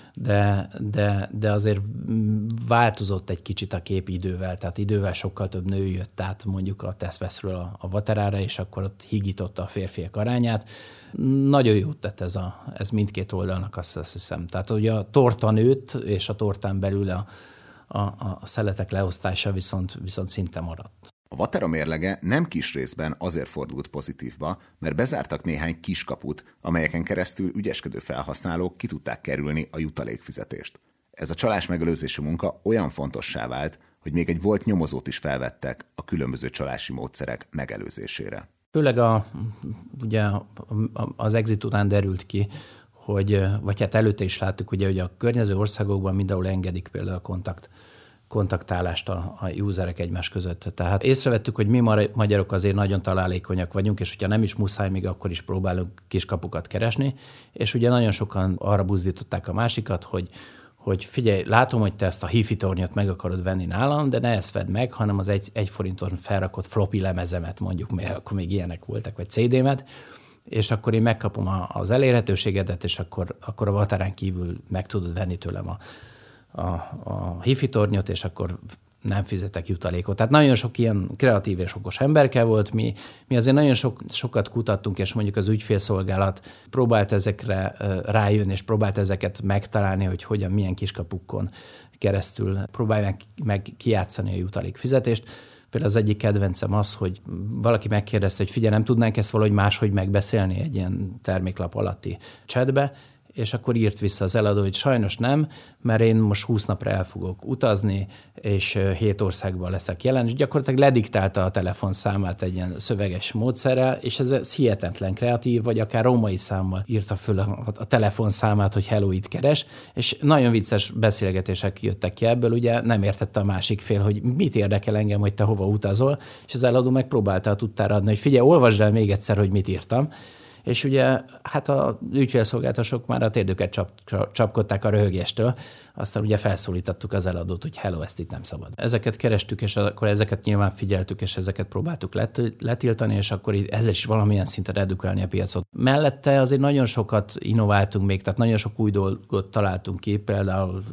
de, de, de azért változott egy kicsit a kép idővel, tehát idővel sokkal több nő jött át mondjuk a TesztVeszről a, a Vatarára, és akkor ott hígította a férfiak arányát. Nagyon jót tett ez, a, ez mindkét oldalnak, azt, azt hiszem. Tehát ugye a torta nőtt, és a tortán belül a, a, a szeletek leosztása viszont, viszont szinte maradt. A Vatera mérlege nem kis részben azért fordult pozitívba, mert bezártak néhány kiskaput, amelyeken keresztül ügyeskedő felhasználók ki tudták kerülni a jutalékfizetést. Ez a csalás megelőzési munka olyan fontossá vált, hogy még egy volt nyomozót is felvettek a különböző csalási módszerek megelőzésére. Főleg a, ugye az exit után derült ki, hogy, vagy hát előtte is láttuk, ugye, hogy a környező országokban mindenhol engedik például a kontakt kontaktálást a, a userek egymás között. Tehát észrevettük, hogy mi magyarok azért nagyon találékonyak vagyunk, és hogyha nem is muszáj, még akkor is próbálunk kiskapukat keresni, és ugye nagyon sokan arra buzdították a másikat, hogy, hogy figyelj, látom, hogy te ezt a hifi tornyot meg akarod venni nálam, de ne ezt vedd meg, hanem az egy, egy forinton felrakott floppy lemezemet mondjuk, mert akkor még ilyenek voltak, vagy cé dé-met, és akkor én megkapom a, az elérhetőségedet, és akkor, akkor a Vatarán kívül meg tudod venni tőlem a a, a hifi tornyot, és akkor nem fizetek jutalékot. Tehát nagyon sok ilyen kreatív és okos emberke volt. Mi, mi azért nagyon sok, sokat kutattunk, és mondjuk az ügyfélszolgálat próbált ezekre rájönni, és próbált ezeket megtalálni, hogy hogyan, milyen kiskapukkon keresztül próbálják meg kijátszani a jutalékfizetést. Például az egyik kedvencem az, hogy valaki megkérdezte, hogy figyelj, nem tudnánk ezt valahogy máshogy megbeszélni egy ilyen terméklap alatti chatbe, és akkor írt vissza az eladó, hogy sajnos nem, mert én most húsz napra el fogok utazni, és hét országban leszek jelen, és gyakorlatilag lediktálta a telefonszámát egy ilyen szöveges módszerrel, és ez, ez hihetetlen kreatív, vagy akár római számmal írta föl a, a telefonszámát, hogy hello, itt keres, és nagyon vicces beszélgetések jöttek ki ebből, ugye nem értette a másik fél, hogy mit érdekel engem, hogy te hova utazol, és az eladó megpróbálta a tudtára adni, hogy figyelj, olvasd el még egyszer, hogy mit írtam. És ugye hát a ügyfélszolgáltatások már a térdüket csap, csapkodták a röhögéstől, aztán ugye felszólítottuk az eladót, hogy hello, ezt itt nem szabad. Ezeket kerestük, és akkor ezeket nyilván figyeltük, és ezeket próbáltuk let, letiltani, és akkor ezzel is valamilyen szinten redukálni a piacot. Mellette azért nagyon sokat innováltunk még, tehát nagyon sok új dolgot találtunk ki, például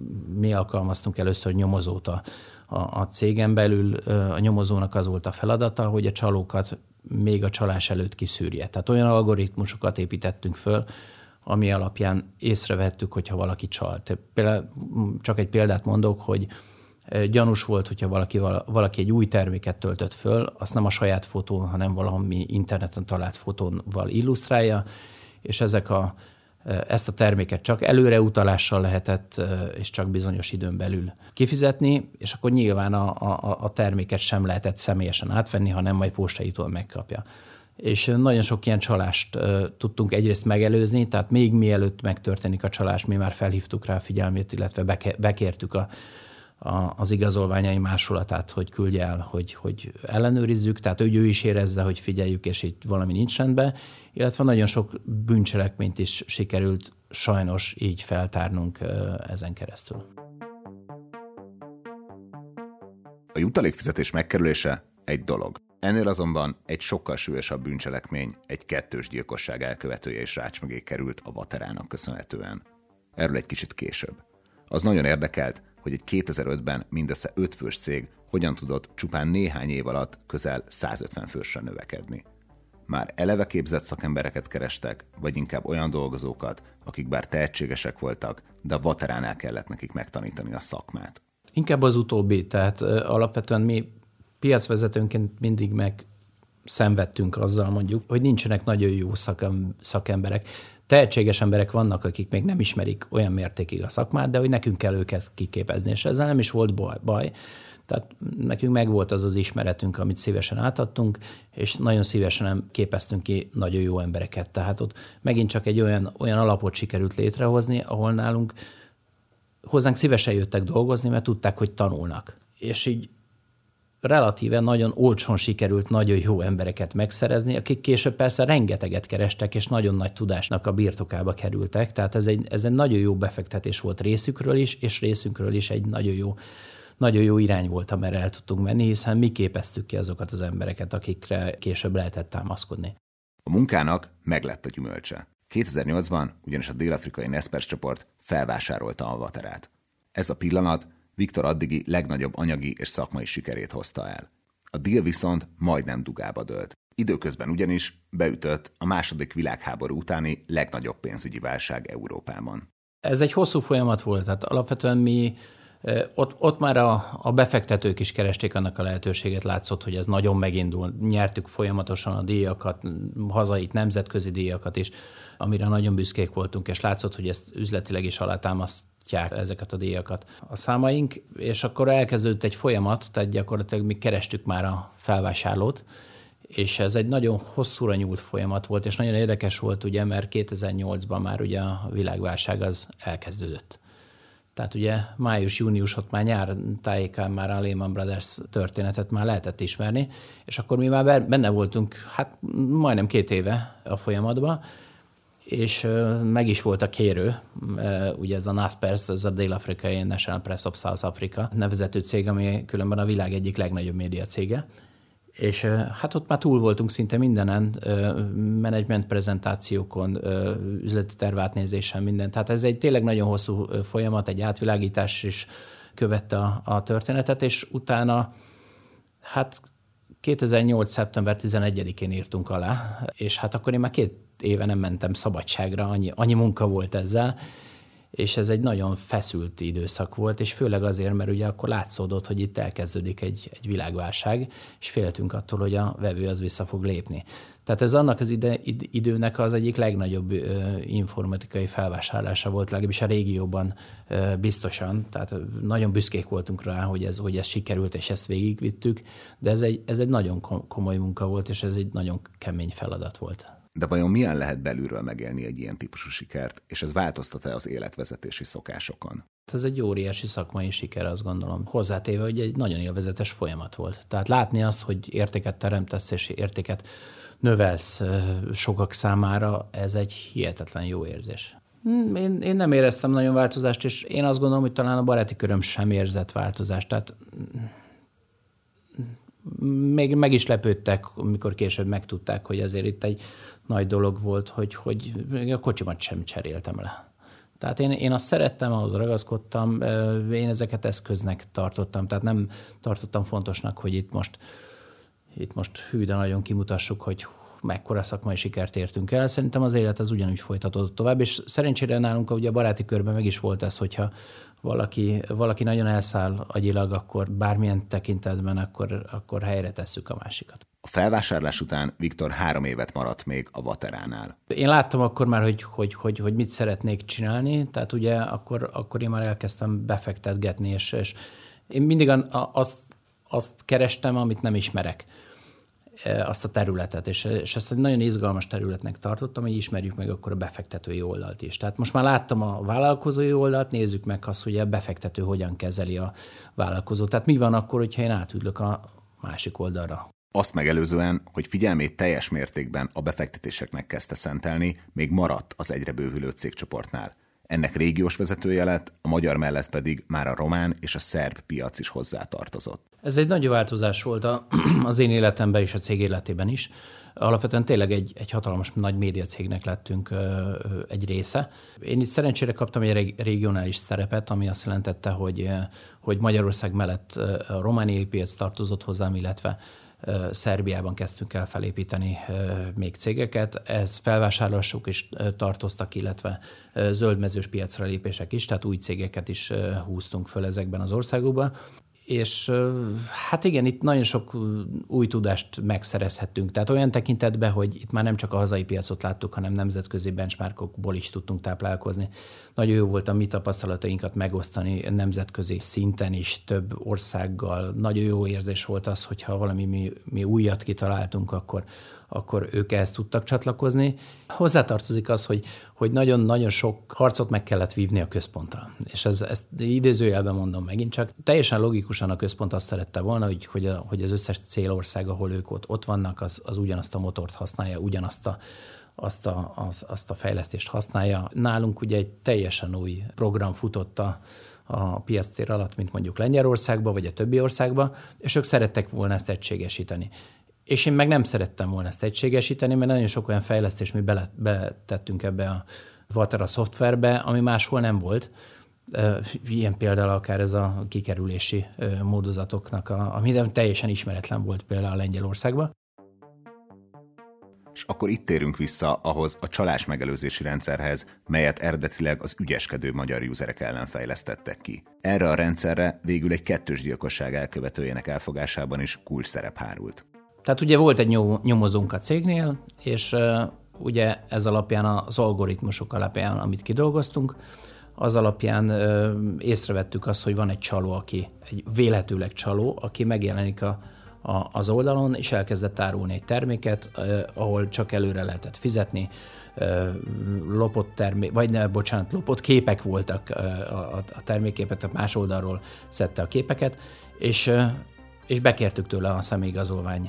mi alkalmaztunk először nyomozót a, a, a cégen belül, a nyomozónak az volt a feladata, hogy a csalókat még a csalás előtt kiszűrje. Tehát olyan algoritmusokat építettünk föl, ami alapján észrevettük, hogyha valaki csalt. Például csak egy példát mondok, hogy gyanús volt, hogyha valaki, valaki egy új terméket töltött föl, azt nem a saját fotón, hanem valami interneten talált fotóval illusztrálja, és ezek a, ezt a terméket csak előreutalással lehetett, és csak bizonyos időn belül kifizetni, és akkor nyilván a, a, a terméket sem lehetett személyesen átvenni, hanem majd postaitól megkapja. És nagyon sok ilyen csalást uh, tudtunk egyrészt megelőzni, tehát még mielőtt megtörténik a csalás, mi már felhívtuk rá a figyelmét, illetve beke, bekértük a, a, az igazolványai másolatát, hogy küldje el, hogy, hogy ellenőrizzük, tehát ő, ő is érezze, hogy figyeljük, és itt valami nincs rendben, illetve nagyon sok bűncselekményt is sikerült sajnos így feltárnunk uh, ezen keresztül. A jutalékfizetés megkerülése egy dolog. Ennél azonban egy sokkal súlyosabb bűncselekmény, egy kettős gyilkosság elkövetője és rács mögé került a Vatarának köszönhetően. Erről egy kicsit később. Az nagyon érdekelt, hogy egy kétezer-ötben mindössze öt fős cég hogyan tudott csupán néhány év alatt közel százötven fősre növekedni. Már eleve képzett szakembereket kerestek, vagy inkább olyan dolgozókat, akik bár tehetségesek voltak, de a Vateránál kellett nekik megtanítani a szakmát. Inkább az utóbbi, tehát alapvetően mi piacvezetőnként mindig meg szenvedtünk azzal mondjuk, hogy nincsenek nagyon jó szakemberek. Tehetséges emberek vannak, akik még nem ismerik olyan mértékig a szakmát, de hogy nekünk kell őket kiképezni, és ezzel nem is volt baj. Tehát nekünk megvolt az az ismeretünk, amit szívesen átadtunk, és nagyon szívesen képeztünk ki nagyon jó embereket. Tehát ott megint csak egy olyan, olyan alapot sikerült létrehozni, ahol nálunk hozzánk szívesen jöttek dolgozni, mert tudták, hogy tanulnak. És így relatíve nagyon olcsón sikerült nagyon jó embereket megszerezni, akik később persze rengeteget kerestek, és nagyon nagy tudásnak a birtokába kerültek. Tehát ez egy, ez egy nagyon jó befektetés volt részükről is, és részünkről is egy nagyon jó, nagyon jó irány volt, amerre el tudtunk menni, hiszen mi képeztük ki azokat az embereket, akikre később lehetett támaszkodni. A munkának meglett a gyümölcse. kétezer-nyolcban ugyanis a dél-afrikai Naspers csoport felvásárolta a Vaterát. Ez a pillanat Viktor addigi legnagyobb anyagi és szakmai sikerét hozta el. A deal viszont majdnem dugába dőlt. Időközben ugyanis beütött a második világháború utáni legnagyobb pénzügyi válság Európában. Ez egy hosszú folyamat volt, tehát alapvetően mi ott, ott már a, a befektetők is keresték annak a lehetőséget, látszott, hogy ez nagyon megindul. Nyertük folyamatosan a díjakat, hazai, nemzetközi díjakat is, amire nagyon büszkék voltunk, és látszott, hogy ezt üzletileg is alátámasztják ezeket a díjakat a számaink, és akkor elkezdődött egy folyamat, tehát gyakorlatilag mi kerestük már a felvásárlót, és ez egy nagyon hosszúra nyúlt folyamat volt, és nagyon érdekes volt, ugye, mert kétezer-nyolcban már ugye a világválság az elkezdődött. Tehát ugye május-június, ott már nyár tájékán már a Lehman Brothers történetet már lehetett ismerni, és akkor mi már benne voltunk, hát majdnem két éve a folyamatban, és meg is volt a kérő, ugye ez a Naspers, ez a dél-afrikai National Press of South Africa nevezetű cég, ami különben a világ egyik legnagyobb média cége. És hát ott már túl voltunk szinte mindenen, menedzsment prezentációkon, üzleti tervátnézésen, minden. Tehát ez egy tényleg nagyon hosszú folyamat, egy átvilágítás is követte a, a történetet, és utána hát kétezer-nyolc. szeptember tizenegyedikén írtunk alá, és hát akkor én már két éve nem mentem szabadságra, annyi, annyi munka volt ezzel, és ez egy nagyon feszült időszak volt, és főleg azért, mert ugye akkor látszódott, hogy itt elkezdődik egy, egy világválság, és féltünk attól, hogy a vevő az vissza fog lépni. Tehát ez annak az ide, id, időnek az egyik legnagyobb ö, informatikai felvásárlása volt, legalábbis a régióban ö, biztosan, tehát nagyon büszkék voltunk rá, hogy ez, hogy ez sikerült, és ezt végigvittük, de ez egy, ez egy nagyon komoly munka volt, és ez egy nagyon kemény feladat volt. De vajon milyen lehet belülről megélni egy ilyen típusú sikert, és ez változtat-e az életvezetési szokásokon? Ez egy óriási szakmai siker, azt gondolom. Hozzátéve, hogy egy nagyon élvezetes folyamat volt. Tehát látni azt, hogy értéket teremtesz és értéket növelsz sokak számára, ez egy hihetetlen jó érzés. Én, én nem éreztem nagyon változást, és én azt gondolom, hogy talán a baráti köröm sem érzett változást. Tehát még meg is lepődtek, amikor később megtudták, hogy azért itt egy nagy dolog volt, hogy, hogy a kocsimat sem cseréltem le. Tehát én, én azt szerettem, ahhoz ragaszkodtam, én ezeket eszköznek tartottam, tehát nem tartottam fontosnak, hogy itt most, itt most hű, de nagyon kimutassuk, hogy mekkora szakmai sikert értünk el. Szerintem az élet az ugyanúgy folytatódott tovább, és szerencsére nálunk ugye a baráti körben meg is volt ez, hogyha valaki, valaki nagyon elszáll agyilag, akkor bármilyen tekintetben, akkor, akkor helyre tesszük a másikat. A felvásárlás után Viktor három évet maradt még a Vateránál. Én láttam akkor már, hogy, hogy, hogy, hogy mit szeretnék csinálni, tehát ugye akkor, akkor én már elkezdtem befektetgetni, és, és én mindig azt, azt kerestem, amit nem ismerek, azt a területet, és, és ezt egy nagyon izgalmas területnek tartottam, hogy ismerjük meg akkor a befektetői oldalt is. Tehát most már láttam a vállalkozói oldalt, nézzük meg azt, hogy a befektető hogyan kezeli a vállalkozót. Tehát mi van akkor, hogyha én átüdlök a másik oldalra? Azt megelőzően, hogy figyelmét teljes mértékben a befektetéseknek kezdte szentelni, még maradt az egyre bővülő cégcsoportnál. Ennek régiós vezetője lett, a magyar mellett pedig már a román és a szerb piac is hozzátartozott. Ez egy nagy változás volt az én életemben és a cég életében is. Alapvetően tényleg egy, egy hatalmas nagy médiacégnek lettünk egy része. Én itt szerencsére kaptam egy regionális szerepet, ami azt jelentette, hogy, hogy Magyarország mellett a romániai piac tartozott hozzám, illetve Szerbiában kezdtünk el felépíteni még cégeket. Ez felvásárlások is tartoztak, illetve zöldmezős piacra lépések is, tehát új cégeket is húztunk föl ezekben az országokban. És hát igen, itt nagyon sok új tudást megszerezhettünk. Tehát olyan tekintetben, hogy itt már nem csak a hazai piacot láttuk, hanem nemzetközi benchmarkokból is tudtunk táplálkozni. Nagyon jó volt a mi tapasztalatainkat megosztani nemzetközi szinten is több országgal. Nagyon jó érzés volt az, hogyha valami mi, mi újat kitaláltunk, akkor, akkor ők ehhez tudtak csatlakozni. Hozzátartozik az, hogy, hogy nagyon-nagyon sok harcot meg kellett vívni a központtal. És ez, ezt idézőjelben mondom megint csak. Teljesen logikusan a központ azt szerette volna, hogy, hogy, a, hogy az összes célország, ahol ők ott, ott vannak, az, az ugyanazt a motort használja, ugyanazt a, azt, a, az, azt a fejlesztést használja. Nálunk ugye egy teljesen új program futott a, a piactér alatt, mint mondjuk Lengyelországban, vagy a többi országban, és ők szerettek volna ezt egységesíteni. És én meg nem szerettem volna ezt egységesíteni, mert nagyon sok olyan fejlesztést mi bele, betettünk ebbe a Vatera szoftverbe, ami máshol nem volt. Ilyen például akár ez a kikerülési módozatoknak, a, ami teljesen ismeretlen volt például Lengyelországban. És akkor itt térünk vissza ahhoz a csalás megelőzési rendszerhez, melyet eredetileg az ügyeskedő magyar userek ellen fejlesztettek ki. Erre a rendszerre végül egy kettős gyilkosság elkövetőjének elfogásában is kulcs szerep hárult. Tehát ugye volt egy nyomozónk a cégnél, és uh, ugye ez alapján az algoritmusok alapján, amit kidolgoztunk, az alapján uh, észrevettük azt, hogy van egy csaló, aki, egy vélhetőleg csaló, aki megjelenik a, a, az oldalon, és elkezdett árulni egy terméket, uh, ahol csak előre lehetett fizetni, uh, lopott termék, vagy ne, bocsánat, lopott képek voltak uh, a, a termékképet, tehát más oldalról szedte a képeket, és uh, és bekértük tőle a személyigazolvány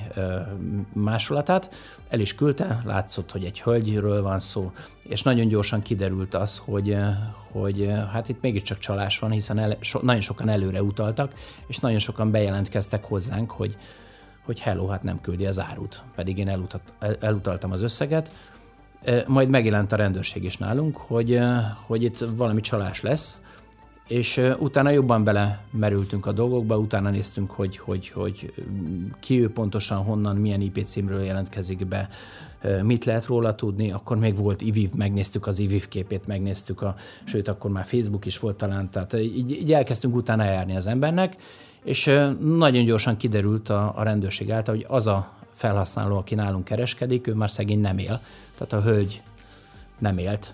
másolatát, el is küldte, látszott, hogy egy hölgyről van szó, és nagyon gyorsan kiderült az, hogy, hogy hát itt mégiscsak csalás van, hiszen el, so, nagyon sokan előre utaltak, és nagyon sokan bejelentkeztek hozzánk, hogy, hogy hello, hát nem küldi az árut, pedig én elutat, el, elutaltam az összeget. Majd megjelent a rendőrség is nálunk, hogy, hogy itt valami csalás lesz, és utána jobban belemerültünk a dolgokba, utána néztünk, hogy, hogy, hogy ki ő pontosan, honnan, milyen I P címről jelentkezik be, mit lehet róla tudni, akkor még volt I V I V, megnéztük az I V I V képét, megnéztük, a, sőt, akkor már Facebook is volt talán, tehát így, így elkezdtünk utána járni az embernek, és nagyon gyorsan kiderült a, a rendőrség által, hogy az a felhasználó, aki nálunk kereskedik, ő már szegény nem él, tehát a hölgy nem élt,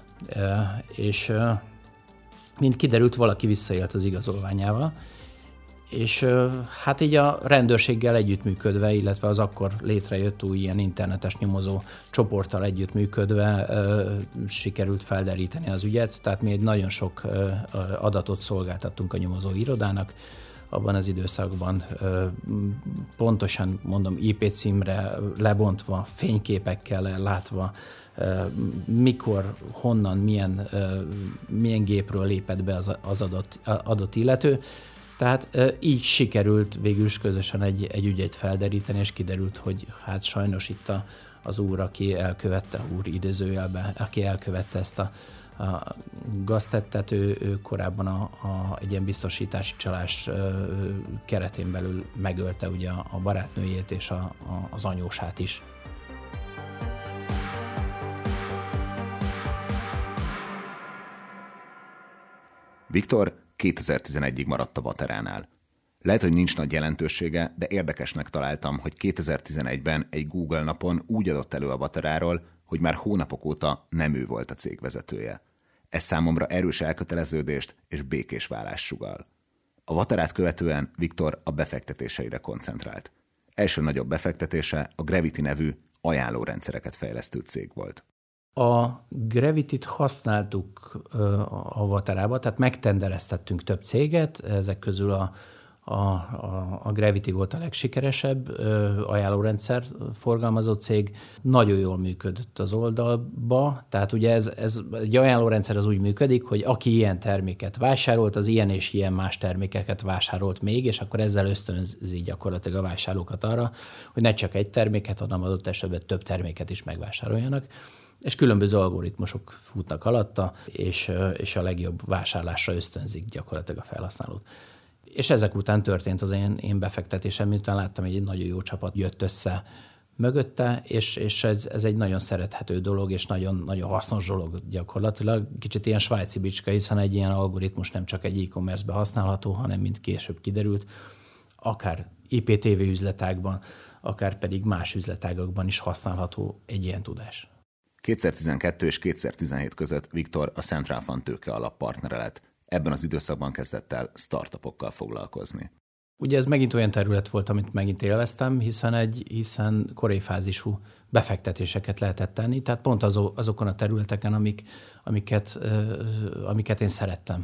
és mint kiderült, valaki visszaélt az igazolványával, és hát így a rendőrséggel együttműködve, illetve az akkor létrejött új ilyen internetes nyomozó csoporttal együttműködve sikerült felderíteni az ügyet, tehát mi egy nagyon sok adatot szolgáltattunk a nyomozó irodának, abban az időszakban pontosan, mondom, I P címre lebontva, fényképekkel látva, mikor, honnan, milyen, milyen gépről lépett be az, az adott, adott illető. Tehát így sikerült végül is közösen egy, egy ügyet felderíteni, és kiderült, hogy hát sajnos itt a, az úr, aki elkövette, úr idézőjelben, aki elkövette ezt a, a gaztettet, ő, ő korábban a, a, egy ilyen biztosítási csalás keretén belül megölte ugye a, a barátnőjét és a, a, az anyósát is. Viktor kétezer-tizenegyig maradt a Vateránál. Lehet, hogy nincs nagy jelentősége, de érdekesnek találtam, hogy kétezer-tizenegyben egy Google napon úgy adott elő a Vateráról, hogy már hónapok óta nem ő volt a cég vezetője. Ez számomra erős elköteleződést és békés vállást sugall. A Vaterát követően Viktor a befektetéseire koncentrált. Első nagyobb befektetése a Gravity nevű ajánlórendszereket fejlesztő cég volt. A Gravity-t használtuk a Vaterába, tehát megtendereztettünk több céget, ezek közül a, a, a, a Gravity volt a legsikeresebb ajánlórendszer forgalmazó cég, nagyon jól működött az oldalba, tehát ugye ez, ez egy ajánlórendszer az úgy működik, hogy aki ilyen terméket vásárolt, az ilyen és ilyen más termékeket vásárolt még, és akkor ezzel ösztönzi gyakorlatilag a vásárlókat arra, hogy ne csak egy terméket, hanem adott esetben több terméket is megvásároljanak, és különböző algoritmusok futnak alatta, és, és a legjobb vásárlásra ösztönzik gyakorlatilag a felhasználót. És ezek után történt az én, én befektetésem, miután láttam, hogy egy nagyon jó csapat jött össze mögötte, és, és ez, ez egy nagyon szerethető dolog, és nagyon, nagyon hasznos dolog gyakorlatilag. Kicsit ilyen svájci bicska, hiszen egy ilyen algoritmus nem csak egy e-commerce-be használható, hanem mint később kiderült, akár i pé té vé üzletágban, akár pedig más üzletágakban is használható egy ilyen tudás. kétezer-tizenkettő és kétezer-tizenhét között Viktor a Central Fund tőke alap partnere lett. Ebben az időszakban kezdett el startupokkal foglalkozni. Ugye ez megint olyan terület volt, amit megint élveztem, hiszen egy hiszen korai fázisú befektetéseket lehetett tenni, tehát pont azok, azokon a területeken, amik, amiket, amiket én szerettem,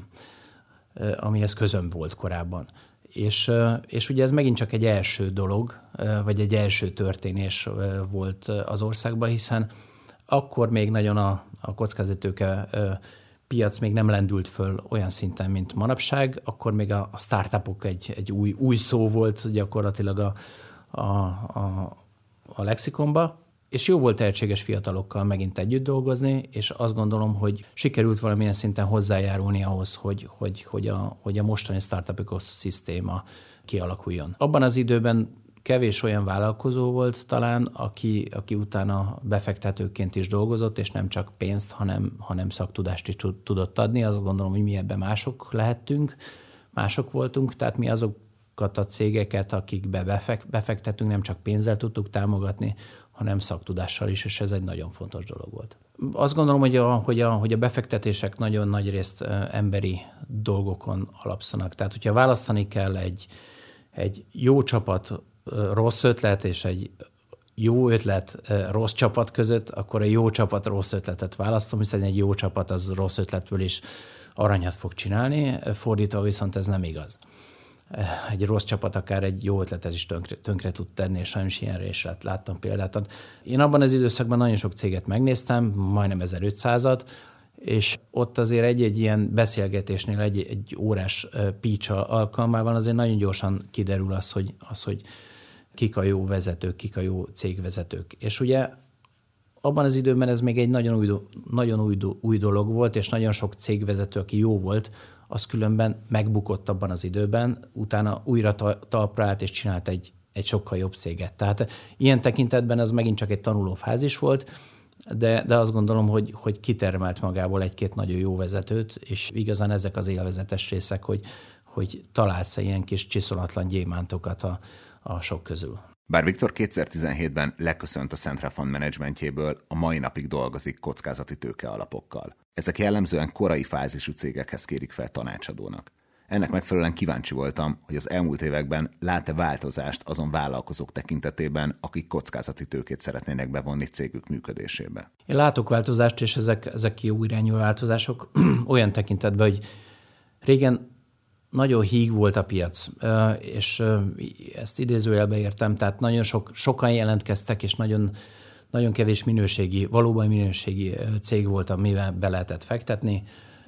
amihez közöm volt korábban. És, és ugye ez megint csak egy első dolog, vagy egy első történés volt az országban, hiszen akkor még nagyon a, a kockázatőke piac még nem lendült föl olyan szinten, mint manapság, akkor még a, a startupok egy, egy új, új szó volt gyakorlatilag a, a, a, a lexikonba, és jó volt tehetséges fiatalokkal megint együtt dolgozni, és azt gondolom, hogy sikerült valamilyen szinten hozzájárulni ahhoz, hogy, hogy, hogy, a, hogy a mostani startup ökoszisztéma kialakuljon. Abban az időben kevés olyan vállalkozó volt talán, aki, aki utána befektetőként is dolgozott, és nem csak pénzt, hanem, hanem szaktudást is tudott adni. Azt gondolom, hogy mi ebben mások lehettünk, mások voltunk, tehát mi azokat a cégeket, akikbe befektetünk, nem csak pénzzel tudtuk támogatni, hanem szaktudással is, és ez egy nagyon fontos dolog volt. Azt gondolom, hogy a, hogy a, hogy a befektetések nagyon nagy részt emberi dolgokon alapszanak. Tehát, hogyha választani kell egy, egy jó csapat, rossz ötlet és egy jó ötlet rossz csapat között, akkor a jó csapat rossz ötletet választom, hiszen egy jó csapat az rossz ötletből is aranyat fog csinálni, fordítva viszont ez nem igaz. Egy rossz csapat akár egy jó ötletet is tönkre, tönkre tud tenni, és sajnos ilyenre is láttam példát. Én abban az időszakban nagyon sok céget megnéztem, majdnem ezerötszázat, és ott azért egy-egy ilyen beszélgetésnél, egy, egy órás pitch alkalmával azért nagyon gyorsan kiderül az, hogy, az, hogy kik a jó vezetők, kik a jó cégvezetők. És ugye abban az időben ez még egy nagyon új, nagyon új, új dolog volt, és nagyon sok cégvezető, aki jó volt, az különben megbukott abban az időben, utána újra talpra állt és csinált egy, egy sokkal jobb céget. Tehát ilyen tekintetben ez megint csak egy tanuló fázis volt, de, de azt gondolom, hogy, hogy kitermelt magából egy-két nagyon jó vezetőt, és igazán ezek az élvezetes részek, hogy, hogy találsz ilyen kis csiszolatlan gyémántokat a, a sok közül. Bár Viktor kétezer-tizenhétben leköszönt a Central Fund menedzsmentjéből, a mai napig dolgozik kockázati tőke alapokkal. Ezek jellemzően korai fázisú cégekhez kérik fel tanácsadónak. Ennek megfelelően kíváncsi voltam, hogy az elmúlt években lát-e változást azon vállalkozók tekintetében, akik kockázati tőkét szeretnének bevonni cégük működésébe. Én látok változást, és ezek, ezek jó irányú változások olyan tekintetben, hogy régen nagyon híg volt a piac, és ezt idézőjelbe értem, tehát nagyon sok, sokan jelentkeztek, és nagyon, nagyon kevés minőségi, valóban minőségi cég volt, amivel be lehetett fektetni.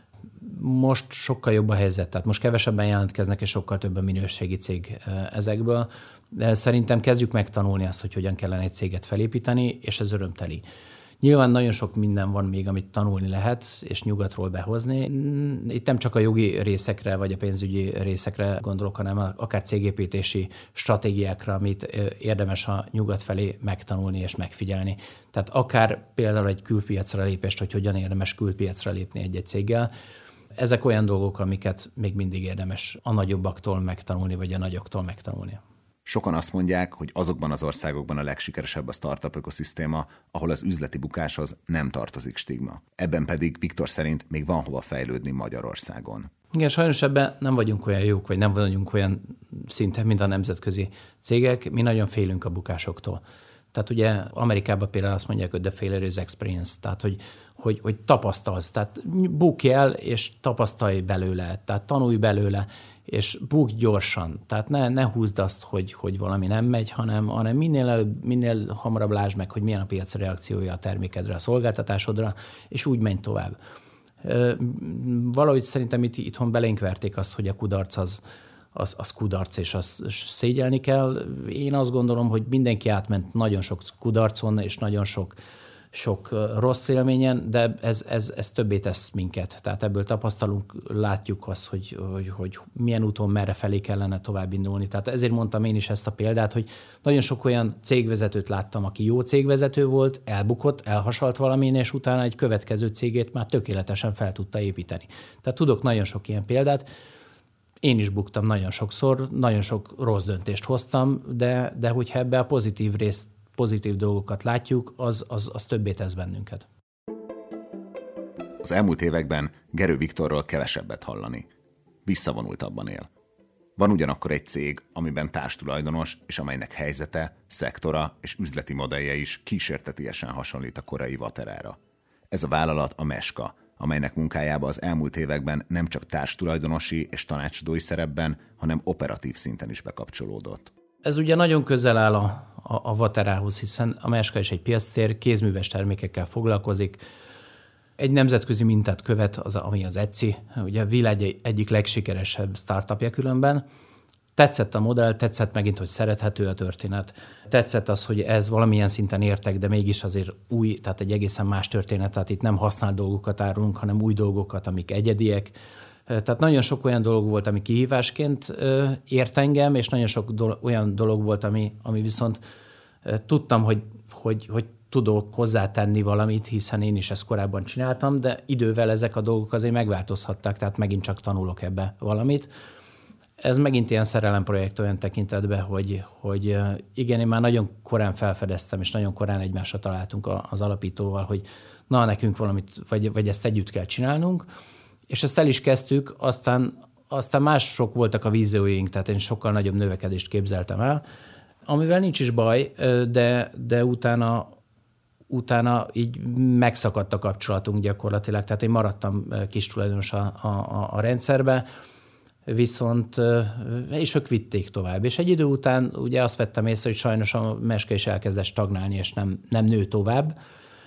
Most sokkal jobb a helyzet, tehát most kevesebben jelentkeznek, és sokkal több a minőségi cég ezekből. De szerintem kezdjük megtanulni azt, hogy hogyan kellene egy céget felépíteni, és ez örömteli. Nyilván nagyon sok minden van még, amit tanulni lehet, és nyugatról behozni. Itt nem csak a jogi részekre, vagy a pénzügyi részekre gondolok, hanem akár cégépítési stratégiákra, amit érdemes a nyugat felé megtanulni és megfigyelni. Tehát akár például egy külpiacra lépést, hogy hogyan érdemes külpiacra lépni egy-egy céggel. Ezek olyan dolgok, amiket még mindig érdemes a nagyobbaktól megtanulni, vagy a nagyoktól megtanulni. Sokan azt mondják, hogy azokban az országokban a legsikeresebb a startup ökoszisztéma, ahol az üzleti bukáshoz nem tartozik stigma. Ebben pedig Viktor szerint még van hova fejlődni Magyarországon. Igen, sajnos ebben nem vagyunk olyan jók, vagy nem vagyunk olyan szinten, mint a nemzetközi cégek. Mi nagyon félünk a bukásoktól. Tehát ugye Amerikában például azt mondják, hogy the failure is experience, tehát hogy, hogy, hogy tapasztalsz, tehát bukj el, és tapasztalj belőle, tehát tanulj belőle, és bukj gyorsan. Tehát ne, ne húzd azt, hogy, hogy valami nem megy, hanem, hanem minél, előbb, minél hamarabb lásd meg, hogy milyen a piac reakciója a termékedre, a szolgáltatásodra, és úgy menj tovább. Valahogy szerintem itt, itthon belénk verték azt, hogy a kudarc az, az, az kudarc, és azt szégyelni kell. Én azt gondolom, hogy mindenki átment nagyon sok kudarcon, és nagyon sok, sok rossz élményen, de ez, ez, ez többé tesz minket. Tehát ebből tapasztalunk, látjuk azt, hogy, hogy, hogy milyen úton, merre felé kellene tovább indulni. Tehát ezért mondtam én is ezt a példát, hogy nagyon sok olyan cégvezetőt láttam, aki jó cégvezető volt, elbukott, elhasalt valamin, és utána egy következő cégét már tökéletesen fel tudta építeni. Tehát tudok nagyon sok ilyen példát. Én is buktam nagyon sokszor, nagyon sok rossz döntést hoztam, de, de hogyha ebbe a pozitív részt, pozitív dolgokat látjuk, az, az, az többé tesz bennünket. Az elmúlt években Gerő Viktorról kevesebbet hallani. Visszavonultabban él. Van ugyanakkor egy cég, amiben társtulajdonos, és amelynek helyzete, szektora és üzleti modellje is kísértetiesen hasonlít a korai Vaterára. Ez a vállalat a Meska, amelynek munkájába az elmúlt években nem csak társtulajdonosi és tanácsadói szerepben, hanem operatív szinten is bekapcsolódott. Ez ugye nagyon közel áll a, a, a Vaterához, hiszen a Meska is egy piactér, kézműves termékekkel foglalkozik, egy nemzetközi mintát követ, az, ami az Etsy, ugye a világ egyik legsikeresebb startupja különben. Tetszett a modell, tetszett megint, hogy szerethető a történet. Tetszett az, hogy ez valamilyen szinten értek, de mégis azért új, tehát egy egészen más történet, tehát itt nem használt dolgokat árulunk, hanem új dolgokat, amik egyediek. Tehát nagyon sok olyan dolog volt, ami kihívásként ért engem, és nagyon sok dolog, olyan dolog volt, ami, ami viszont tudtam, hogy, hogy, hogy tudok hozzátenni valamit, hiszen én is ezt korábban csináltam, de idővel ezek a dolgok azért megváltozhattak, tehát megint csak tanulok ebbe valamit. Ez megint ilyen szerelemprojekt olyan tekintetben, hogy, hogy igen, én már nagyon korán felfedeztem, és nagyon korán egymásra találtunk az alapítóval, hogy na, nekünk valamit, vagy, vagy ezt együtt kell csinálnunk, és ezt el is kezdtük, aztán, aztán mások voltak a vízióink, tehát én sokkal nagyobb növekedést képzeltem el, amivel nincs is baj, de, de utána, utána így megszakadt a kapcsolatunk gyakorlatilag, tehát én maradtam kis tulajdonos a, a, a rendszerbe, viszont, és ők vitték tovább. És egy idő után ugye azt vettem észre, hogy sajnos a Meska is elkezdett stagnálni, és nem, nem nő tovább,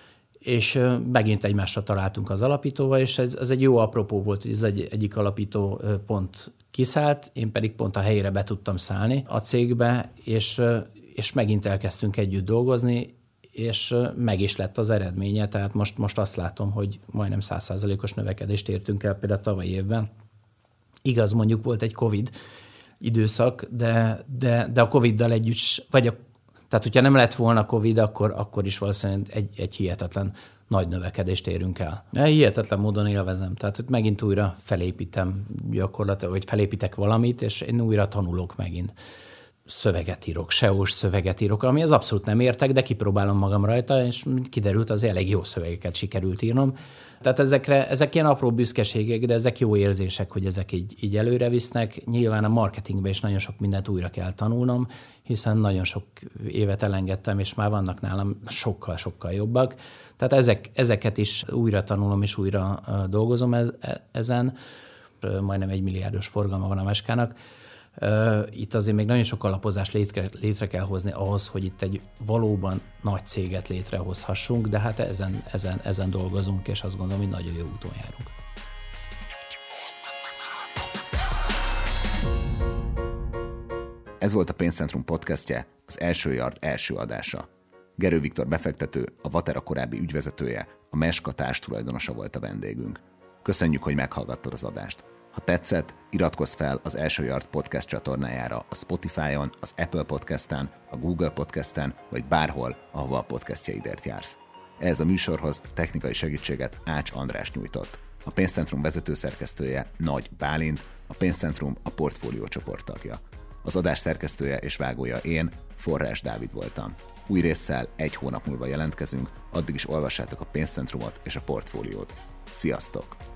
és megint egymásra találtunk az alapítóval, és ez, ez egy jó apropó volt, hogy ez egy, egyik alapító pont kiszállt, én pedig pont a helyére be tudtam szállni a cégbe, és, és megint elkezdtünk együtt dolgozni, és meg is lett az eredménye, tehát most, most azt látom, hogy majdnem száz százalékos növekedést értünk el például tavalyi évben. Igaz, mondjuk volt egy Covid időszak, de, de, de a Coviddal együtt, vagy a, tehát hogyha nem lett volna Covid, akkor, akkor is valószínűleg egy, egy hihetetlen nagy növekedést érünk el. Hihetetlen módon élvezem, tehát megint újra felépítem gyakorlatilag, vagy felépítek valamit, és én újra tanulok megint. Szöveget írok, es e ó-s szöveget írok, ami az abszolút nem értek, de kipróbálom magam rajta, és kiderült, az elég jó szövegeket sikerült írnom. Tehát ezekre, ezek ilyen apró büszkeségek, de ezek jó érzések, hogy ezek így, így előre visznek. Nyilván a marketingben is nagyon sok mindent újra kell tanulnom, hiszen nagyon sok évet elengedtem, és már vannak nálam sokkal-sokkal jobbak. Tehát ezek, ezeket is újra tanulom, és újra dolgozom ezen. Majdnem egy milliárdos forgalma van a Meskának. Itt azért még nagyon sok alapozást létre, létre kell hozni ahhoz, hogy itt egy valóban nagy céget létrehozhassunk, de hát ezen, ezen, ezen dolgozunk, és azt gondolom, hogy nagyon jó úton járunk. Ez volt a Pénzcentrum podcastje, az Első Yard első adása. Gerő Viktor befektető, a Vatera korábbi ügyvezetője, a Meska társtulajdonosa volt a vendégünk. Köszönjük, hogy meghallgattad az adást. Ha tetszett, iratkozz fel az Első Yard podcast csatornájára a Spotify-on, az Apple Podcasten, a Google Podcasten, vagy bárhol, ahova a podcastjaidért jársz. Ehhez a műsorhoz technikai segítséget Ács András nyújtott. A Pénzcentrum vezetőszerkesztője Nagy Bálint, a Pénzcentrum a Portfólió csoport tagja. Az adás szerkesztője és vágója én, Forrás Dávid voltam. Új résszel egy hónap múlva jelentkezünk, addig is olvassátok a Pénzcentrumot és a Portfóliót. Sziasztok!